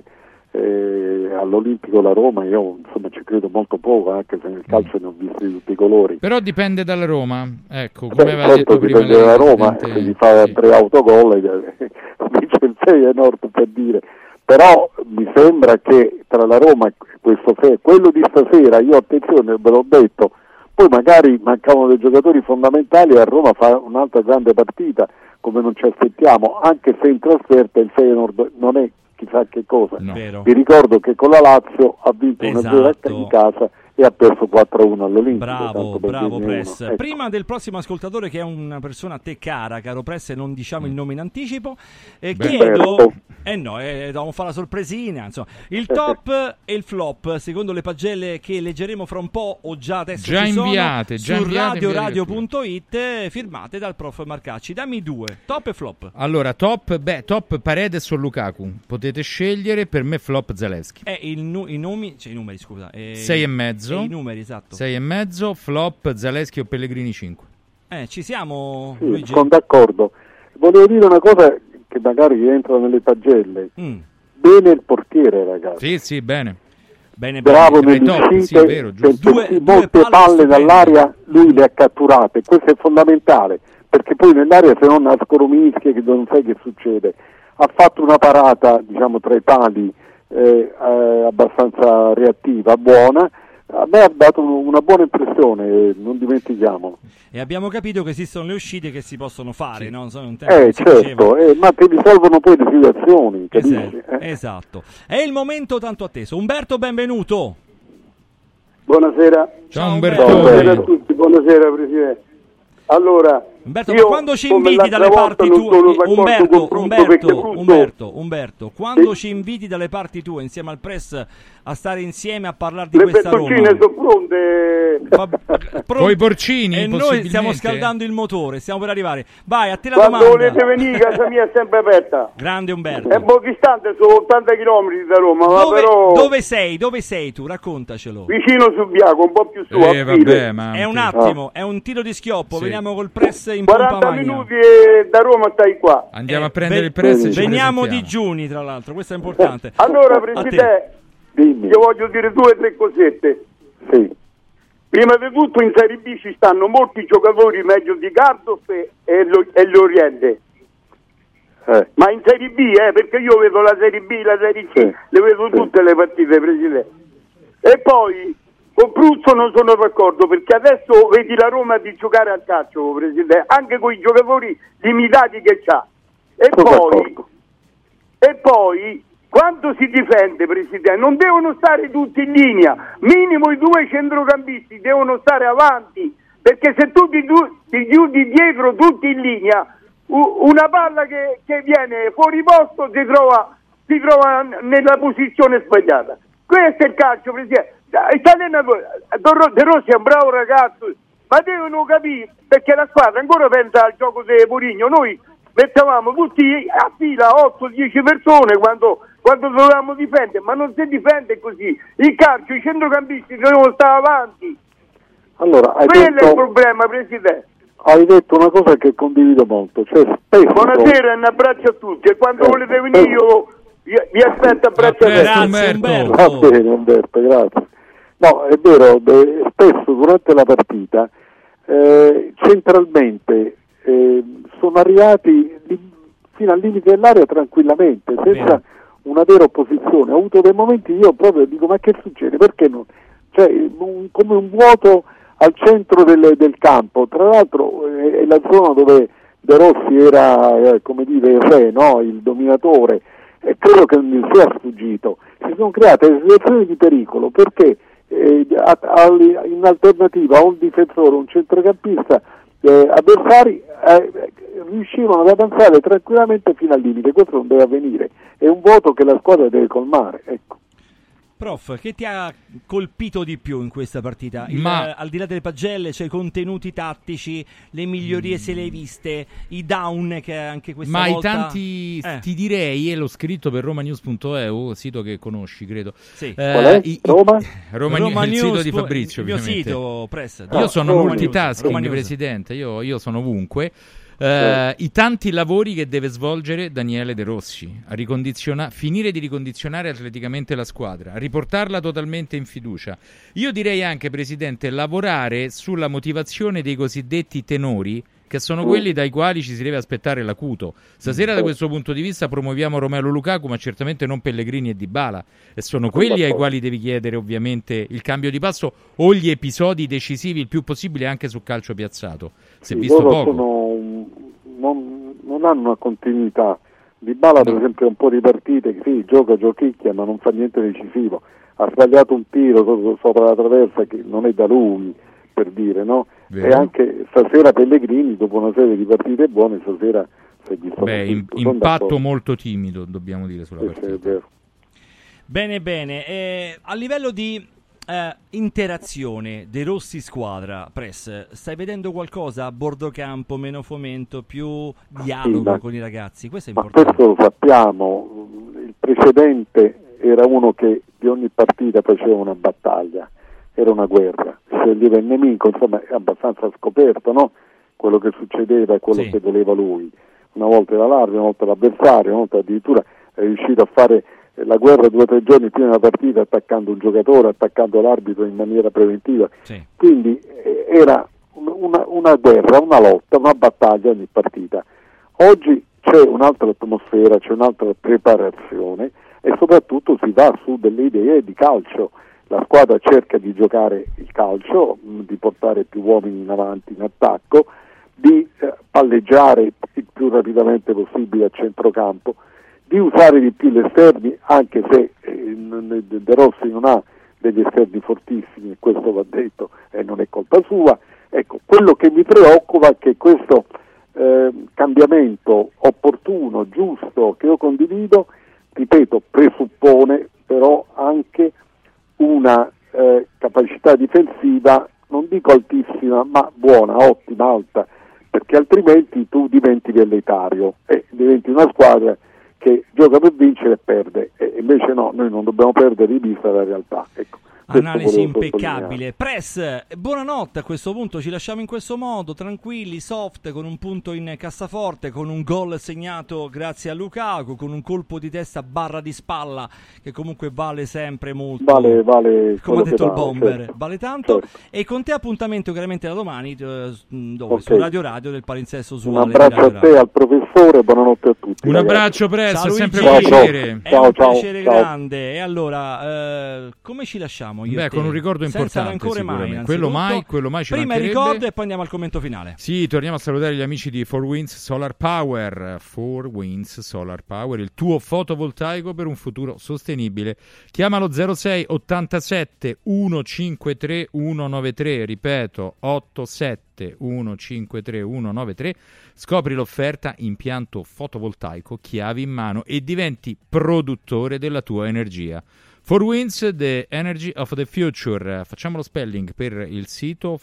Speaker 6: all'Olimpico la Roma, io insomma ci credo molto poco, anche se nel calcio ne ho visti di tutti i colori.
Speaker 4: Però dipende dalla Roma, ecco, come aveva detto prima
Speaker 6: dipende dalla Roma, se gli fa 3 autogol vince il Feyenoord, per dire. Però mi sembra che tra la Roma e questo quello di stasera, io attenzione, ve l'ho detto, poi magari mancavano dei giocatori fondamentali e a Roma fa un'altra grande partita come non ci aspettiamo, anche se in trasferta il Feyenoord non è chissà che cosa.
Speaker 3: No.
Speaker 6: Vi ricordo che con la Lazio ha vinto 1-0 in casa e ha perso 4-1 all'Olimpico.
Speaker 3: Bravo Press. Ecco. Prima del prossimo ascoltatore, che è una persona a te cara, caro Press, non diciamo il nome in anticipo, chiedo dobbiamo fare la sorpresina, insomma. Il top e il flop secondo le pagelle che leggeremo fra un po', o già adesso
Speaker 4: già
Speaker 3: ci
Speaker 4: inviate,
Speaker 3: sono,
Speaker 4: su
Speaker 3: radioradio.it, firmate dal prof Marcacci. Dammi 2, top e flop.
Speaker 4: Allora, top Paredes o Lukaku, potete scegliere. Per me flop Zalewski.
Speaker 3: I numeri, scusa.
Speaker 4: 6,5.
Speaker 3: I numeri, esatto.
Speaker 4: 6,5, flop Zalewski o Pellegrini 5.
Speaker 3: Ci siamo,
Speaker 6: sì,
Speaker 3: Luigi?
Speaker 6: Sono d'accordo. Volevo dire una cosa che magari entra nelle pagelle. Bene il portiere, ragazzi.
Speaker 4: Sì, bene.
Speaker 6: Bravo nelle uscite,
Speaker 4: sì, è vero,
Speaker 6: molte palle dall'aria lui le ha catturate. Questo è fondamentale, perché poi nell'aria se non nascono mischie che non sai che succede. Ha fatto una parata, diciamo, tra i pali abbastanza reattiva, buona. A me ha dato una buona impressione, non dimentichiamolo.
Speaker 3: E abbiamo capito che esistono le uscite che si possono fare, no?
Speaker 6: Certo, ma che risolvono poi le situazioni, capisci?
Speaker 3: Esatto. È il momento tanto atteso. Umberto, benvenuto.
Speaker 15: Buonasera.
Speaker 4: Ciao Umberto.
Speaker 15: Buonasera a tutti, buonasera Presidente. Allora,
Speaker 3: Umberto, ma quando ci inviti dalle parti tue, Umberto, quando ci inviti dalle parti tue insieme al Press a stare insieme a parlare di questa Roma?
Speaker 15: Le fettuccine sono pronte.
Speaker 4: Coi porcini,
Speaker 3: e noi stiamo scaldando il motore, stiamo per arrivare. Vai, a te la
Speaker 15: domanda.
Speaker 3: domanda.
Speaker 15: Quando volete venire, casa mia è sempre aperta.
Speaker 3: Grande Umberto.
Speaker 15: È un po' distante, sono 80 km da Roma,
Speaker 3: dove sei tu? Raccontacelo.
Speaker 15: Vicino Subiaco, un po' più su.
Speaker 3: È un attimo, è un tiro di schioppo, veniamo col Press in
Speaker 15: 40 minuti da Roma stai qua.
Speaker 4: Andiamo a prendere il Press.
Speaker 3: Veniamo digiuni, tra l'altro, questo è importante.
Speaker 15: Allora, Presidente, io voglio dire 2 o 3 cosette.
Speaker 6: Sì.
Speaker 15: Prima di tutto in Serie B ci stanno molti giocatori meglio di Cardoff e l'Oriente. Ma in Serie B, perché io vedo la Serie B, la Serie C, le vedo tutte le partite, Presidente. E poi con Pruzzo non sono d'accordo, perché adesso vedi la Roma di giocare al calcio, Presidente, anche con i giocatori limitati che c'ha. E poi quando si difende, Presidente, non devono stare tutti in linea, minimo i 2 centrocampisti devono stare avanti, perché se tu ti chiudi dietro tutti in linea, una palla che viene fuori posto si trova nella posizione sbagliata. Questo è il calcio, Presidente. De Rossi è un bravo ragazzo, ma devono capire, perché la squadra ancora pensa al gioco di Mourinho. Noi mettevamo tutti a fila 8-10 persone quando dovevamo difendere, ma non si difende così. Il calcio, i centrocampisti devono stare avanti.
Speaker 6: Allora,
Speaker 15: quello è il problema, Presidente.
Speaker 6: Hai detto una cosa che condivido molto, cioè spesso...
Speaker 15: Buonasera e un abbraccio a tutti, e quando volete venire io vi aspetto a braccio aperto.
Speaker 3: Grazie Umberto.
Speaker 6: Va bene Umberto, grazie. No, è vero, spesso durante la partita centralmente sono arrivati fino al limite dell'area tranquillamente, senza una vera opposizione. Ho avuto dei momenti, io proprio dico, ma che succede? Perché non? Cioè, come un vuoto al centro del campo. Tra l'altro è la zona dove De Rossi era, come dire, il re, no? Il dominatore, e credo che non sia sfuggito. Si sono create situazioni di pericolo, perché in alternativa a un difensore, un centrocampista avversari riuscivano ad avanzare tranquillamente fino al limite. Questo non deve avvenire, è un vuoto che la squadra deve colmare, ecco.
Speaker 3: Prof, che ti ha colpito di più in questa partita? Al di là delle pagelle, cioè i contenuti tattici, le migliorie se le hai viste, i down che anche questa volta...
Speaker 4: Ma i tanti, ti direi, e l'ho scritto per romanews.eu, sito che conosci, credo.
Speaker 3: Sì.
Speaker 6: Qual è? Roma?
Speaker 4: Roma il sito di Fabrizio,
Speaker 3: il mio
Speaker 4: ovviamente.
Speaker 3: sito, Press.
Speaker 4: Io sono multitasking, Presidente, io sono ovunque. I tanti lavori che deve svolgere Daniele De Rossi a finire di ricondizionare atleticamente la squadra, a riportarla totalmente in fiducia. Io direi anche, Presidente, lavorare sulla motivazione dei cosiddetti tenori, che sono quelli dai quali ci si deve aspettare l'acuto. Stasera da questo punto di vista promuoviamo Romelu Lukaku, ma certamente non Pellegrini e Dybala, e sono quelli ai quali devi chiedere ovviamente il cambio di passo o gli episodi decisivi il più possibile anche su calcio piazzato. Si è visto poco.
Speaker 6: Non hanno una continuità. Dybala per esempio è un po' di partite che sì, giochicchia, ma non fa niente decisivo. Ha sbagliato un tiro sopra la traversa che non è da lui, per dire, no? Vero. E anche stasera Pellegrini, dopo una serie di partite buone, stasera si è visto
Speaker 4: impatto molto timido, dobbiamo dire, sulla partita.
Speaker 6: È vero.
Speaker 3: Bene. A livello di interazione De Rossi squadra, Press, stai vedendo qualcosa a bordo campo, meno fomento, più dialogo con i ragazzi? Questo è importante.
Speaker 6: Questo lo sappiamo. Il precedente era uno che di ogni partita faceva una battaglia, era una guerra, sceglieva il nemico, insomma è abbastanza scoperto, no? Quello che succedeva e quello che voleva lui. Una volta era l'arbitro, una volta l'avversario, una volta addirittura è riuscito a fare la guerra 2 o 3 giorni prima della partita, attaccando un giocatore, attaccando l'arbitro in maniera preventiva. Quindi era una guerra, una lotta, una battaglia ogni partita. Oggi c'è un'altra atmosfera, c'è un'altra preparazione e soprattutto si va su delle idee di calcio. La squadra cerca di giocare il calcio, di portare più uomini in avanti in attacco, di palleggiare il più rapidamente possibile a centrocampo, di usare di più gli esterni, anche se De Rossi non ha degli esterni fortissimi, e questo va detto e non è colpa sua. Ecco, quello che mi preoccupa è che questo cambiamento opportuno, giusto, che io condivido, ripeto, presuppone però anche una capacità difensiva, non dico altissima, ma buona, ottima, alta, perché altrimenti tu diventi velleitario e diventi una squadra che gioca per vincere e perde, e invece no, noi non dobbiamo perdere di vista la realtà. Ecco,
Speaker 3: analisi impeccabile. Press, buonanotte. A questo punto ci lasciamo in questo modo, tranquilli, soft, con un punto in cassaforte, con un gol segnato grazie a Lukaku, con un colpo di testa barra di spalla che comunque vale sempre molto,
Speaker 6: vale
Speaker 3: come ha detto il Bomber,
Speaker 6: certo.
Speaker 3: Vale tanto, certo. E con te appuntamento chiaramente da domani dove? Su Radio del palinsesto usuale.
Speaker 6: Un abbraccio a te, al professore, buonanotte a tutti.
Speaker 4: Un
Speaker 6: ragazzi.
Speaker 4: Abbraccio, Press, è sempre
Speaker 3: un
Speaker 4: piacere.
Speaker 3: È un piacere grande. E allora come ci lasciamo?
Speaker 4: Con un ricordo importante,
Speaker 3: mai,
Speaker 4: quello mai ci
Speaker 3: prima il ricordo e poi andiamo al commento finale.
Speaker 4: Sì, torniamo a salutare gli amici di 4Winds Solar Power. 4Winds Solar Power, il tuo fotovoltaico per un futuro sostenibile. Chiamalo 06 87 153 193, ripeto 87 153 193, scopri l'offerta impianto fotovoltaico, chiavi in mano e diventi produttore della tua energia. 4Winds, the energy of the future. Facciamo lo spelling per il sito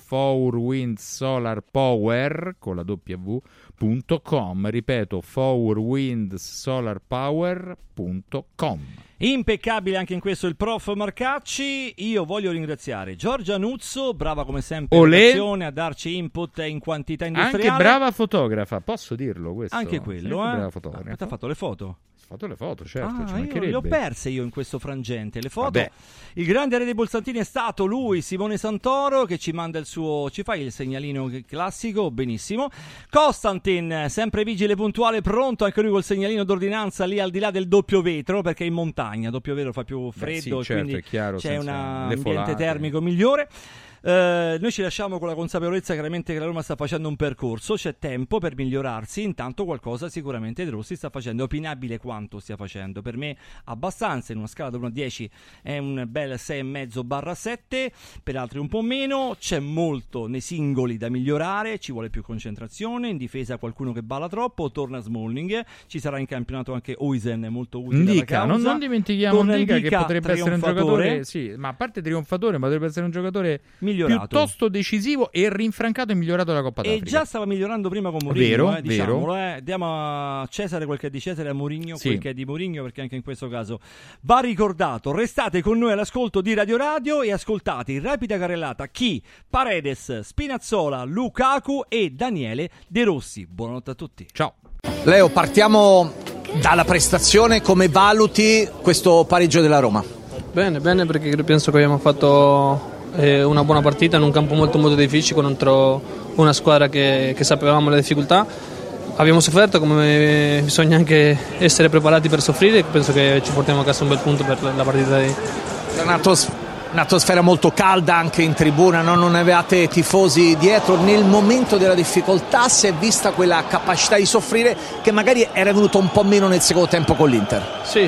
Speaker 4: 4windsolarpower con la w.com. Ripeto, 4windsolarpower.com.
Speaker 3: Impeccabile anche in questo il prof Marcacci. Io voglio ringraziare Giorgia Nuzzo, brava come sempre in redazione, a darci input in quantità industriale.
Speaker 4: Anche brava fotografa, posso dirlo questo?
Speaker 3: Anche quello,
Speaker 4: brava fotografa.
Speaker 3: Ti ha fatto le foto?
Speaker 4: Fatto le foto, certo, ci
Speaker 3: io le ho perse io in questo frangente le foto.
Speaker 4: Vabbè.
Speaker 3: Il grande re dei Bolsantini è stato lui, Simone Santoro, che ci manda il suo, ci fai il segnalino classico, benissimo. Costantin, sempre vigile puntuale, pronto anche lui col segnalino d'ordinanza lì al di là del doppio vetro, perché è in montagna, doppio vetro fa più freddo,
Speaker 4: sì, certo,
Speaker 3: quindi
Speaker 4: è chiaro,
Speaker 3: c'è un ambiente
Speaker 4: folate
Speaker 3: termico migliore. Noi ci lasciamo con la consapevolezza chiaramente che la Roma sta facendo un percorso, c'è tempo per migliorarsi, intanto qualcosa sicuramente De Rossi sta facendo. È opinabile quanto stia facendo, per me abbastanza, in una scala da 1 a 10 è un bel 6,5/7, per altri un po' meno. C'è molto nei singoli da migliorare, ci vuole più concentrazione, in difesa qualcuno che balla troppo, torna Smalling, ci sarà in campionato anche Oisen, molto utile alla causa.
Speaker 4: Non dimentichiamo Ndicka, che potrebbe essere un giocatore, sì, ma a parte trionfatore, ma potrebbe essere un giocatore migliorato, piuttosto decisivo e rinfrancato e migliorato dalla Coppa d'Africa.
Speaker 3: E già stava migliorando prima con Mourinho, diciamolo. Diamo a Cesare quel che è di Cesare, a Mourinho quel che è di Mourinho, perché anche in questo caso va ricordato. Restate con noi all'ascolto di Radio e ascoltate in rapida carrellata chi? Paredes, Spinazzola, Lukaku e Daniele De Rossi. Buonanotte a tutti.
Speaker 4: Ciao.
Speaker 7: Leo, partiamo dalla prestazione. Come valuti questo pareggio della Roma?
Speaker 16: Bene, perché penso che abbiamo fatto una buona partita in un campo molto molto difficile contro una squadra che sapevamo le difficoltà. Abbiamo sofferto, come bisogna anche essere preparati per soffrire. Penso che ci portiamo a casa un bel punto per la partita di...
Speaker 7: Un'atmosfera molto calda anche in tribuna, no? Non avevate tifosi dietro. Nel momento della difficoltà si è vista quella capacità di soffrire che magari era venuta un po' meno nel secondo tempo con l'Inter.
Speaker 16: Sì,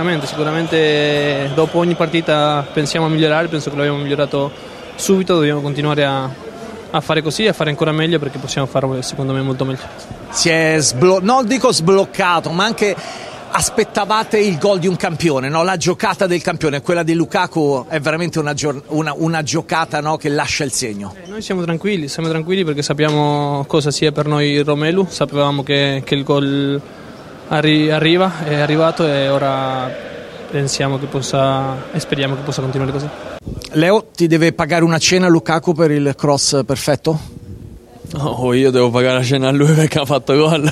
Speaker 16: sicuramente dopo ogni partita pensiamo a migliorare, penso che l'abbiamo migliorato subito, dobbiamo continuare a fare così, a fare ancora meglio, perché possiamo farlo secondo me molto meglio.
Speaker 7: Si è non dico sbloccato, ma anche aspettavate il gol di un campione, no? La giocata del campione, quella di Lukaku è veramente una giocata, no? Che lascia il segno.
Speaker 16: Noi siamo tranquilli perché sappiamo cosa sia per noi Romelu, sapevamo che il gol arriva, è arrivato e ora pensiamo che possa e speriamo che possa continuare così.
Speaker 7: Leo, ti deve pagare una cena Lukaku per il cross perfetto?
Speaker 17: No, io devo pagare la cena a lui perché ha fatto gol.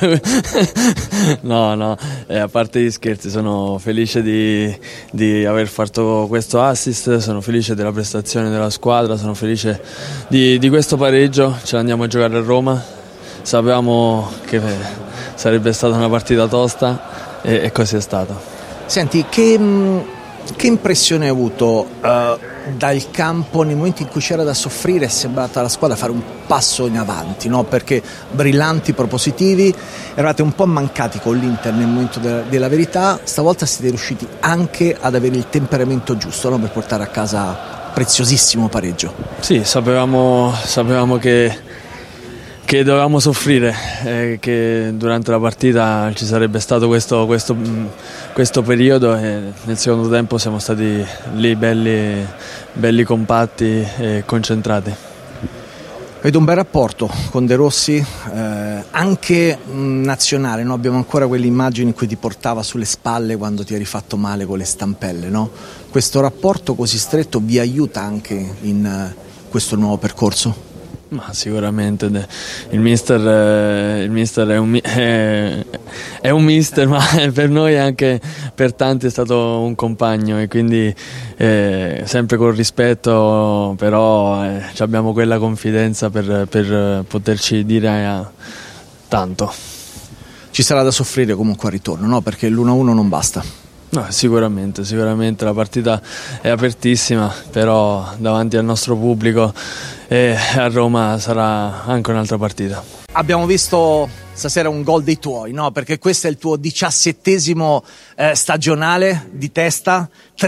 Speaker 17: No, a parte gli scherzi, sono felice di aver fatto questo assist, sono felice della prestazione della squadra, sono felice di questo pareggio. Ce l'andiamo a giocare a Roma, sapevamo che sarebbe stata una partita tosta e così è stato.
Speaker 7: Senti, che impressione hai avuto dal campo nel momento in cui c'era da soffrire? È sembrata la squadra fare un passo in avanti, no? Perché brillanti, propositivi, eravate un po' mancati con l'Inter nel momento della verità, stavolta siete riusciti anche ad avere il temperamento giusto, no? Per portare a casa preziosissimo pareggio. Sì,
Speaker 17: sapevamo che dovevamo soffrire, che durante la partita ci sarebbe stato questo periodo e nel secondo tempo siamo stati lì belli compatti e concentrati.
Speaker 7: Vedo un bel rapporto con De Rossi, anche nazionale, no? Abbiamo ancora quelle immagini in cui ti portava sulle spalle quando ti eri fatto male con le stampelle, no? Questo rapporto così stretto vi aiuta anche in questo nuovo percorso?
Speaker 17: Ma sicuramente il mister è un mister, ma per noi anche per tanti è stato un compagno e quindi sempre con rispetto, però abbiamo quella confidenza per poterci dire tanto.
Speaker 7: Ci sarà da soffrire comunque al ritorno, no? Perché l'1-1 non basta.
Speaker 17: No, sicuramente la partita è apertissima, però davanti al nostro pubblico e a Roma sarà anche un'altra partita.
Speaker 7: Abbiamo visto stasera un gol dei tuoi, no? Perché questo è il tuo 17° stagionale di testa,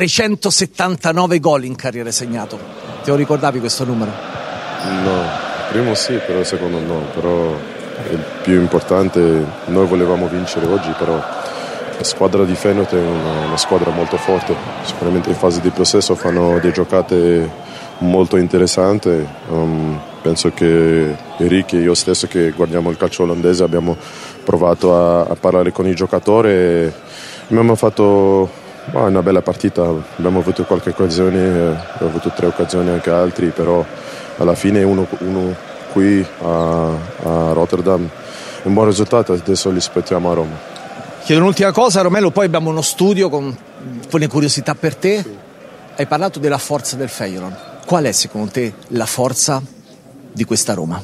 Speaker 7: 379 gol in carriera segnato. Te lo ricordavi questo numero?
Speaker 1: No, primo sì, però il secondo no, però il più importante, noi volevamo vincere oggi, però la squadra di Feyenoord è una squadra molto forte, sicuramente in fase di possesso fanno delle giocate molto interessanti. Penso che Enrique e io stesso che guardiamo il calcio olandese abbiamo provato a parlare con i giocatori e abbiamo fatto una bella partita, abbiamo avuto qualche occasione, abbiamo avuto 3 occasioni anche altri, però alla fine uno qui a Rotterdam è un buon risultato, adesso li aspettiamo a Roma.
Speaker 7: Chiedo un'ultima cosa, Romelo, poi abbiamo uno studio con le curiosità per te. Sì. Hai parlato della forza del Feyenoord. Qual è secondo te la forza di questa Roma?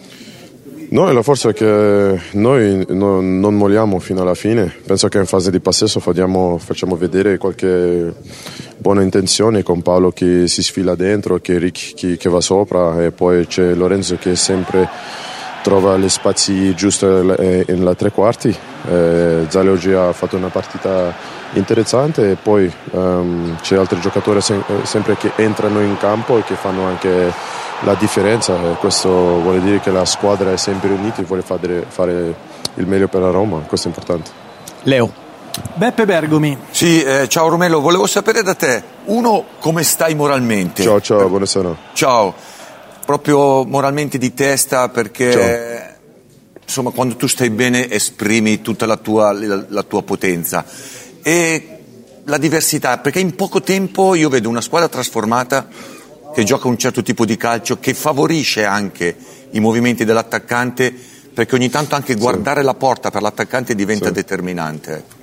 Speaker 1: Noi la forza è che noi non molliamo fino alla fine. Penso che in fase di possesso facciamo vedere qualche buone intenzioni, con Paolo che si sfila dentro, che Rick che va sopra, e poi c'è Lorenzo che sempre trova gli spazi giusti nella tre quarti. Zale oggi ha fatto una partita interessante, e poi c'è altri giocatori sempre che entrano in campo e che fanno anche la differenza, e questo vuol dire che la squadra è sempre unita e vuole fare il meglio per la Roma. Questo è importante.
Speaker 7: Leo.
Speaker 8: Beppe Bergomi.
Speaker 9: Sì, ciao Romello, volevo sapere da te, come stai moralmente?
Speaker 1: Ciao, buonasera.
Speaker 9: Ciao, proprio moralmente di testa, perché insomma quando tu stai bene esprimi tutta la tua potenza, e la diversità, perché in poco tempo io vedo una squadra trasformata che gioca un certo tipo di calcio, che favorisce anche i movimenti dell'attaccante, perché ogni tanto anche guardare la porta per l'attaccante diventa determinante.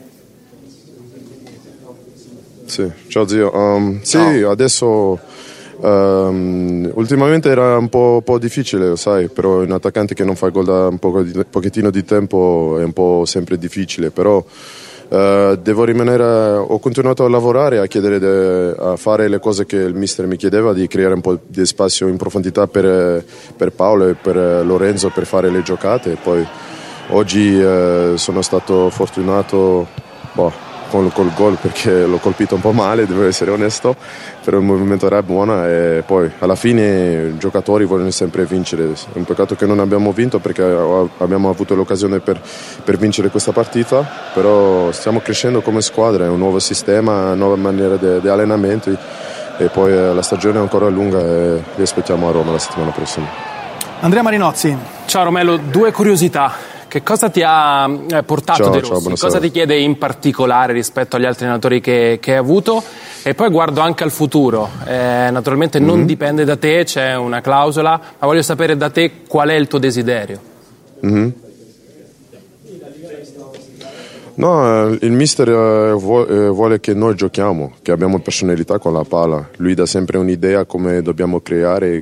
Speaker 1: Sì, ciao zio. Sì, adesso ultimamente era un po' difficile, sai, però un attaccante che non fa gol da un pochettino di tempo è un po' sempre difficile, però devo rimanere, ho continuato a lavorare, a chiedere a fare le cose che il mister mi chiedeva, di creare un po' di spazio in profondità per Paolo e per Lorenzo per fare le giocate, e poi oggi sono stato fortunato col gol, perché l'ho colpito un po' male, devo essere onesto, però il movimento era buono, e poi alla fine i giocatori vogliono sempre vincere. È un peccato che non abbiamo vinto, perché abbiamo avuto l'occasione per vincere questa partita, però stiamo crescendo come squadra, è un nuovo sistema, nuova maniera di allenamenti, e poi la stagione è ancora lunga e li aspettiamo a Roma la settimana prossima.
Speaker 8: Andrea Marinozzi.
Speaker 10: Ciao Romello, due curiosità. Che cosa ti ha portato De Rossi? Cosa ti chiede in particolare rispetto agli altri allenatori che hai avuto? E poi guardo anche al futuro. Naturalmente non dipende da te, c'è una clausola, ma voglio sapere da te qual è il tuo desiderio.
Speaker 1: No, il mister vuole che noi giochiamo, che abbiamo personalità con la palla. Lui dà sempre un'idea come dobbiamo creare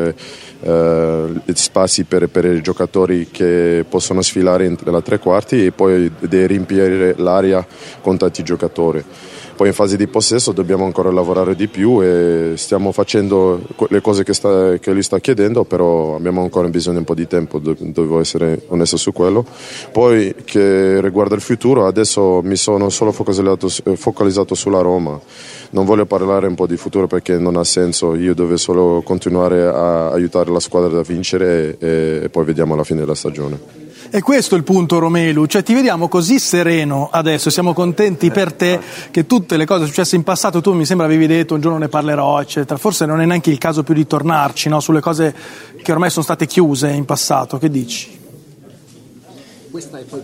Speaker 1: spazi per i giocatori che possono sfilare nella tre quarti, e poi di riempire l'area con tanti giocatori. Poi in fase di possesso dobbiamo ancora lavorare di più, e stiamo facendo le cose che lui sta chiedendo, però abbiamo ancora bisogno di un po' di tempo, devo essere onesto su quello. Poi che riguarda il futuro, adesso mi sono solo focalizzato sulla Roma, non voglio parlare un po' di futuro perché non ha senso, io devo solo continuare a aiutare la squadra a vincere, e poi vediamo alla fine della stagione.
Speaker 8: E questo è il punto, Romelu, cioè ti vediamo così sereno adesso, siamo contenti per te che tutte le cose successe in passato, tu mi sembra avevi detto un giorno ne parlerò eccetera, forse non è neanche il caso più di tornarci, no? Sulle cose che ormai sono state chiuse in passato, che dici?
Speaker 7: Questa è poi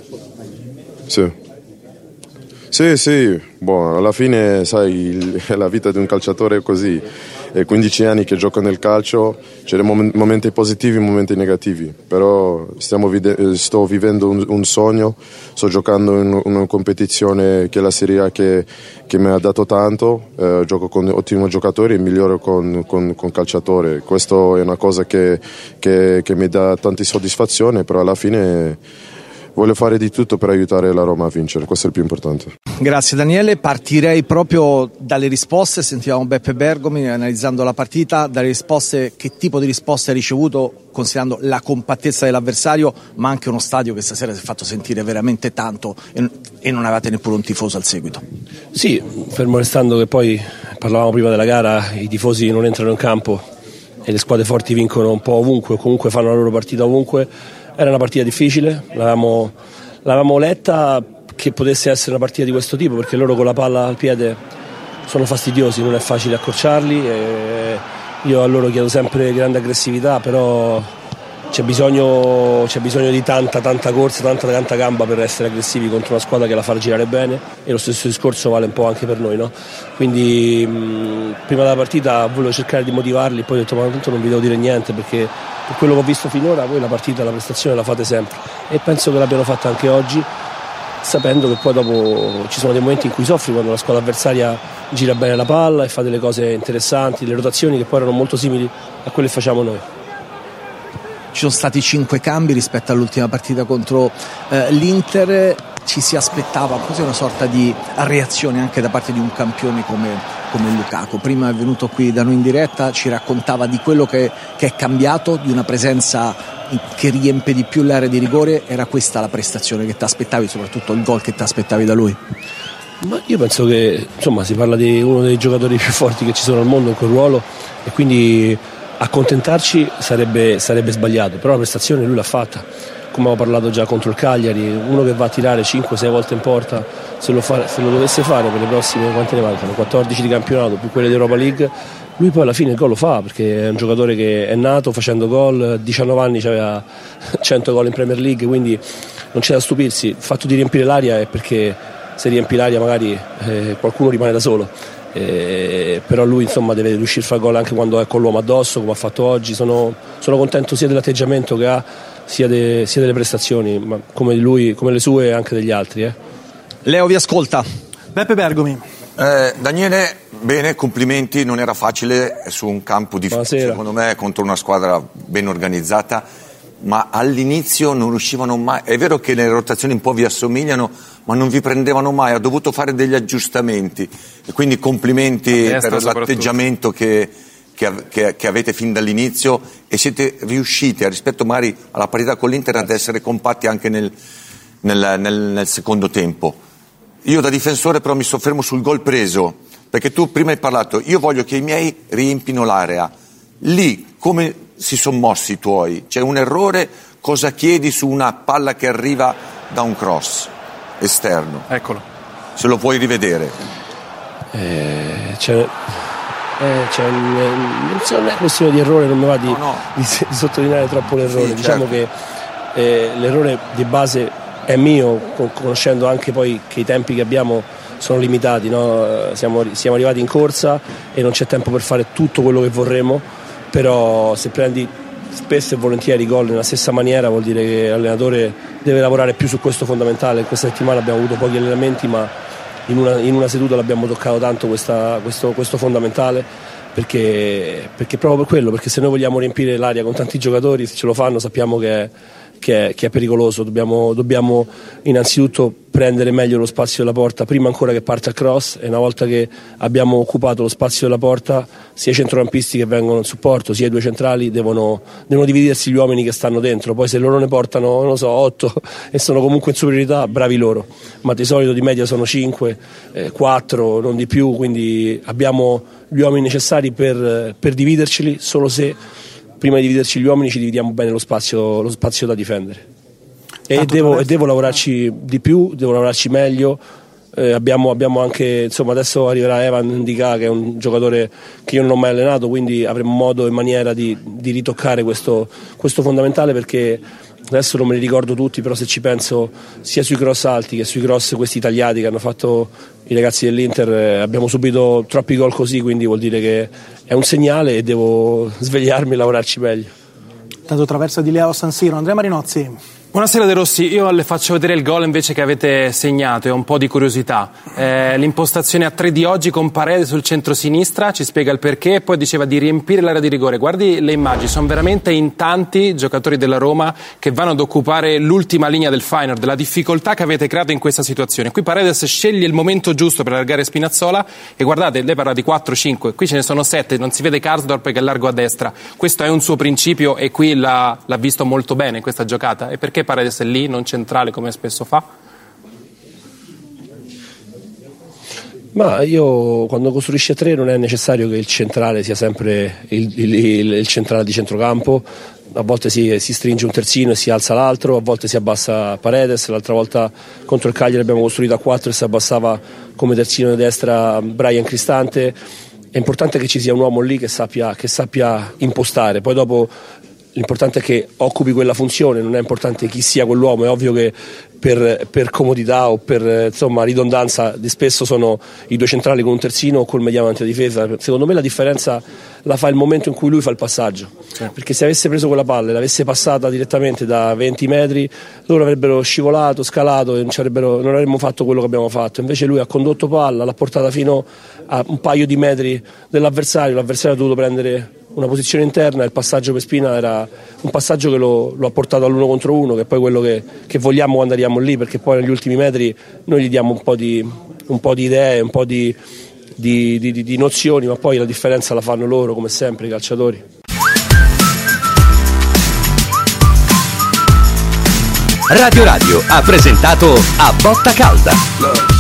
Speaker 1: Sì, alla fine sai, la vita di un calciatore è così, è 15 anni che gioco nel calcio, c'è momenti positivi e momenti negativi, però sto vivendo un sogno, sto giocando in una competizione che è la Serie A che mi ha dato tanto, gioco con ottimi giocatori e miglioro con calciatori, questo è una cosa che mi dà tante soddisfazioni, però alla fine voglio fare di tutto per aiutare la Roma a vincere, questo è il più importante.
Speaker 7: Grazie Daniele, partirei proprio dalle risposte, sentivamo Beppe Bergomi analizzando la partita, dalle risposte, che tipo di risposte ha ricevuto considerando la compattezza dell'avversario, ma anche uno stadio che stasera si è fatto sentire veramente tanto e non avevate neppure un tifoso al seguito.
Speaker 11: Sì, fermo restando che poi parlavamo prima della gara, i tifosi non entrano in campo e le squadre forti vincono un po' ovunque, o comunque fanno la loro partita ovunque. Era una partita difficile, l'avevamo letta che potesse essere una partita di questo tipo, perché loro con la palla al piede sono fastidiosi, non è facile accorciarli, e io a loro chiedo sempre grande aggressività, però c'è bisogno di tanta corsa, tanta gamba per essere aggressivi contro una squadra che la fa girare bene, e lo stesso discorso vale un po' anche per noi, no? Quindi prima della partita volevo cercare di motivarli, poi ho detto ma tanto non vi devo dire niente, perché per quello che ho visto finora voi la partita, la prestazione la fate sempre, e penso che l'abbiano fatta anche oggi, sapendo che poi dopo ci sono dei momenti in cui soffri quando la squadra avversaria gira bene la palla e fa delle cose interessanti, le rotazioni che poi erano molto simili a quelle che facciamo noi.
Speaker 7: Ci sono stati 5 cambi rispetto all'ultima partita contro l'Inter, ci si aspettava così una sorta di reazione anche da parte di un campione come Lukaku. Prima è venuto qui da noi in diretta, ci raccontava di quello che è cambiato, di una presenza che riempie di più l'area di rigore. Era questa la prestazione che ti aspettavi, soprattutto il gol che ti aspettavi da lui?
Speaker 11: Ma io penso che insomma si parla di uno dei giocatori più forti che ci sono al mondo in quel ruolo, e quindi accontentarci sarebbe sbagliato, però la prestazione lui l'ha fatta, come ho parlato già contro il Cagliari. Uno che va a tirare 5-6 volte in porta, se lo dovesse fare per le prossime, quante ne mancano? 14 di campionato più quelle di Europa League, lui poi alla fine il gol lo fa, perché è un giocatore che è nato facendo gol, 19 anni aveva 100 gol in Premier League, quindi non c'è da stupirsi. Il fatto di riempire l'aria è perché se riempi l'aria magari qualcuno rimane da solo, però lui insomma deve riuscire a fare gol anche quando è con l'uomo addosso, come ha fatto oggi. Sono contento sia dell'atteggiamento che ha, sia delle prestazioni, ma come di lui, come le sue e anche degli altri.
Speaker 7: Leo vi ascolta.
Speaker 8: Beppe Bergomi.
Speaker 9: Daniele, bene, complimenti, non era facile su un campo difficile, secondo me, contro una squadra ben organizzata, ma all'inizio non riuscivano mai. È vero che le rotazioni un po' vi assomigliano, ma non vi prendevano mai, ha dovuto fare degli aggiustamenti, e quindi complimenti per l'atteggiamento che avete fin dall'inizio, e siete riusciti, rispetto magari alla partita con l'Inter, ad essere compatti anche nel secondo tempo. Io da difensore però mi soffermo sul gol preso, perché tu prima hai parlato, io voglio che i miei riempino l'area. Lì come si sono mossi i tuoi? C'è un errore? Cosa chiedi su una palla che arriva da un cross esterno?
Speaker 10: Eccolo.
Speaker 9: Se lo puoi rivedere.
Speaker 11: Non è questione di errore, non mi va di sottolineare troppo l'errore. Sì, diciamo che l'errore di base è mio, conoscendo anche poi che i tempi che abbiamo sono limitati, no? Siamo arrivati in corsa e non c'è tempo per fare tutto quello che vorremmo, però se prendi spesso e volentieri gol nella stessa maniera vuol dire che l'allenatore deve lavorare più su questo fondamentale. Questa settimana abbiamo avuto pochi allenamenti, ma in una seduta l'abbiamo toccato tanto questo fondamentale, perché proprio per quello, perché se noi vogliamo riempire l'aria con tanti giocatori, se ce lo fanno sappiamo che è pericoloso. Dobbiamo innanzitutto prendere meglio lo spazio della porta prima ancora che parte a cross, e una volta che abbiamo occupato lo spazio della porta, sia i centrocampisti che vengono in supporto sia i due centrali devono dividersi gli uomini che stanno dentro. Poi se loro ne portano, non lo so, 8 e sono comunque in superiorità, bravi loro, ma di solito di media sono 5, 4, non di più, quindi abbiamo gli uomini necessari per dividerceli, solo se prima di dividerci gli uomini ci dividiamo bene lo spazio da difendere. E devo lavorarci di più, devo lavorarci meglio. Abbiamo anche, insomma, adesso arriverà Evan Ndika, che è un giocatore che io non ho mai allenato, quindi avremo modo e maniera di ritoccare questo fondamentale, perché adesso non me li ricordo tutti, però se ci penso sia sui cross alti che sui cross questi tagliati che hanno fatto i ragazzi dell'Inter, abbiamo subito troppi gol così, quindi vuol dire che è un segnale e devo svegliarmi e lavorarci meglio.
Speaker 8: Tanto traversa di Leo San Siro. Andrea Marinozzi.
Speaker 10: Buonasera De Rossi, io le faccio vedere il gol invece che avete segnato e ho un po' di curiosità. L'impostazione a 3 di oggi con Paredes sul centro-sinistra, ci spiega il perché, e poi diceva di riempire l'area di rigore. Guardi le immagini, sono veramente in tanti giocatori della Roma che vanno ad occupare l'ultima linea del Feyenoord, la difficoltà che avete creato in questa situazione. Qui Paredes sceglie il momento giusto per allargare Spinazzola e guardate, lei parla di 4-5, qui ce ne sono 7, non si vede Karsdorp che è largo a destra. Questo è un suo principio e qui l'ha visto molto bene in questa giocata. E perché Paredes è lì, non centrale come spesso fa?
Speaker 11: Ma io, quando costruisci a 3, non è necessario che il centrale sia sempre il centrale di centrocampo. A volte si stringe un terzino e si alza l'altro, a volte si abbassa Paredes. L'altra volta contro il Cagliari abbiamo costruito a 4 e si abbassava come terzino di destra Brian Cristante. È importante che ci sia un uomo lì che sappia impostare. Poi dopo l'importante è che occupi quella funzione, non è importante chi sia quell'uomo. È ovvio che per comodità o per ridondanza di spesso sono i due centrali con un terzino o col mediano davanti a difesa. Secondo me la differenza la fa il momento in cui lui fa il passaggio, perché se avesse preso quella palla e l'avesse passata direttamente da 20 metri, loro avrebbero scivolato, scalato e non avremmo fatto quello che abbiamo fatto. Invece lui ha condotto palla, l'ha portata fino a un paio di metri dell'avversario, l'avversario ha dovuto prendere una posizione interna. Il passaggio per Spina era un passaggio che lo ha portato all'1 contro 1, che è poi quello che vogliamo quando arriviamo lì, perché poi negli ultimi metri noi gli diamo un po' di idee, un po' di di nozioni, ma poi la differenza la fanno loro, come sempre, i calciatori.
Speaker 2: Radio ha presentato A Botta Calda.